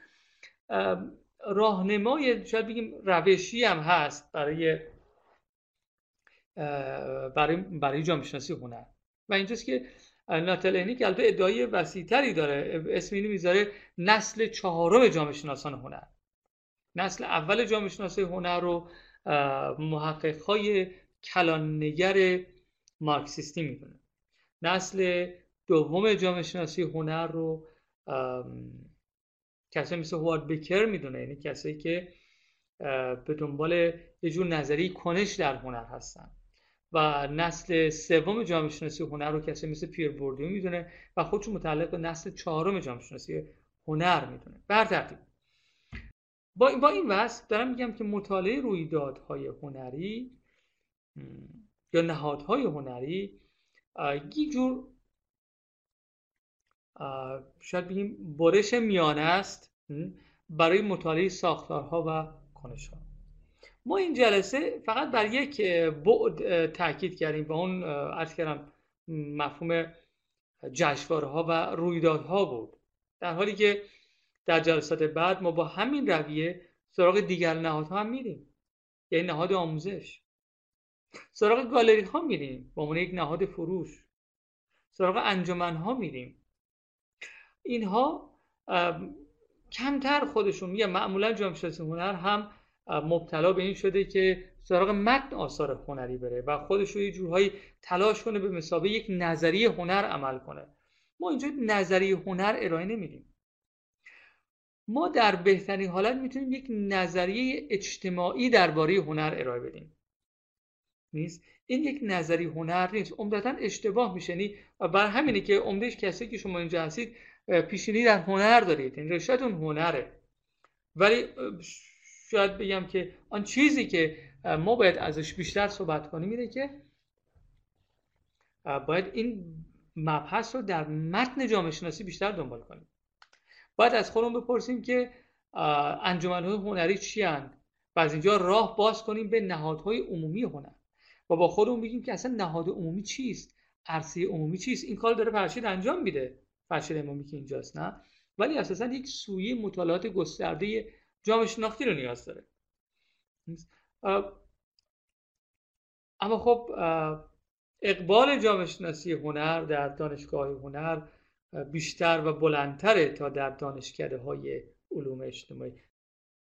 راهنمای شاید بگیم روشی هم هست برای جامعه شناسی هنر. و اینجاست که ناتالی هینیک البته ادعای وسیع‌تری داره، اسم اینو میذاره نسل 4 جامعه شناسان هنر. نسل اول جامعه شناسی هنر رو محقق‌های کلان‌نگر مارکسیستی میدونه. نسل دوم جامعه شناسی هنر رو کسایی مثل هوارد بکر میدونه، یعنی کسایی که به دنبال یه جور نظریه کنش در هنر هستن. و نسل سوم جامعه شناسی هنر رو کسایی مثل پیر بوردیو میدونه و خودشون متعلق به نسل 4 جامعه شناسی هنر میدونه. بر ترتیب با این وصف دارم میگم که مطالعه رویدادهای هنری یا نهادهای هنری یک جور شاید بگیم برش میانه است برای مطالعه ساختارها و کنش‌ها. ما این جلسه فقط بر یک بعد تاکید کردیم و اون عرض کردم مفهوم جشنواره‌ها و رویدادها بود، در حالی که در جلسات بعد ما با همین رویه سراغ دیگر نهادها هم میریم، یعنی نهاد آموزش، سراغ گالری ها میریم با عنوان یک نهاد فروش، سراغ انجمن ها میریم. اینها کمتر خودشون میگن، معمولا جامعه شناسی هنر هم مبتلا به این شده که سراغ متن آثار هنری بره و خودش رو یه جورهایی تلاش کنه به مثابه یک نظریه هنر عمل کنه. ما اینجا نظریه هنر ارائه نمیدیم. ما در بهترین حالت میتونیم یک نظریه اجتماعی درباره هنر ارائه بدیم. نیست این یک نظریه هنر نیست، عمدتاً اشتباه میشه. و بر همینه که عمدهش کسایی که شما اینجا هستید پیشینی در هنر دارید، این رشته‌تون هنره. ولی شاید بگم که آن چیزی که ما باید ازش بیشتر صحبت کنیم اینه که باید این مبحث رو در متن جامعه شناسی بیشتر دنبال کنیم. باید از خودمون بپرسیم که انجمن‌های هنری چی هستند و از اینجا راه باز کنیم به نهادهای عمومی هنر و با خودمون بگیم که اصلا نهاد عمومی چیست، عرصه عمومی چیست. این کار داره فرشید انجام میده، فرشید امامی که اینجاست، نه؟ ولی اساسا یک سویه مطالعات گسترده جامعه شناختی رو نیاز داره. اما خب اقبال جامعه شناسی هنر در دانشگاه هنر بیشتر و بلندتره تا در دانشکده‌های علوم اجتماعی.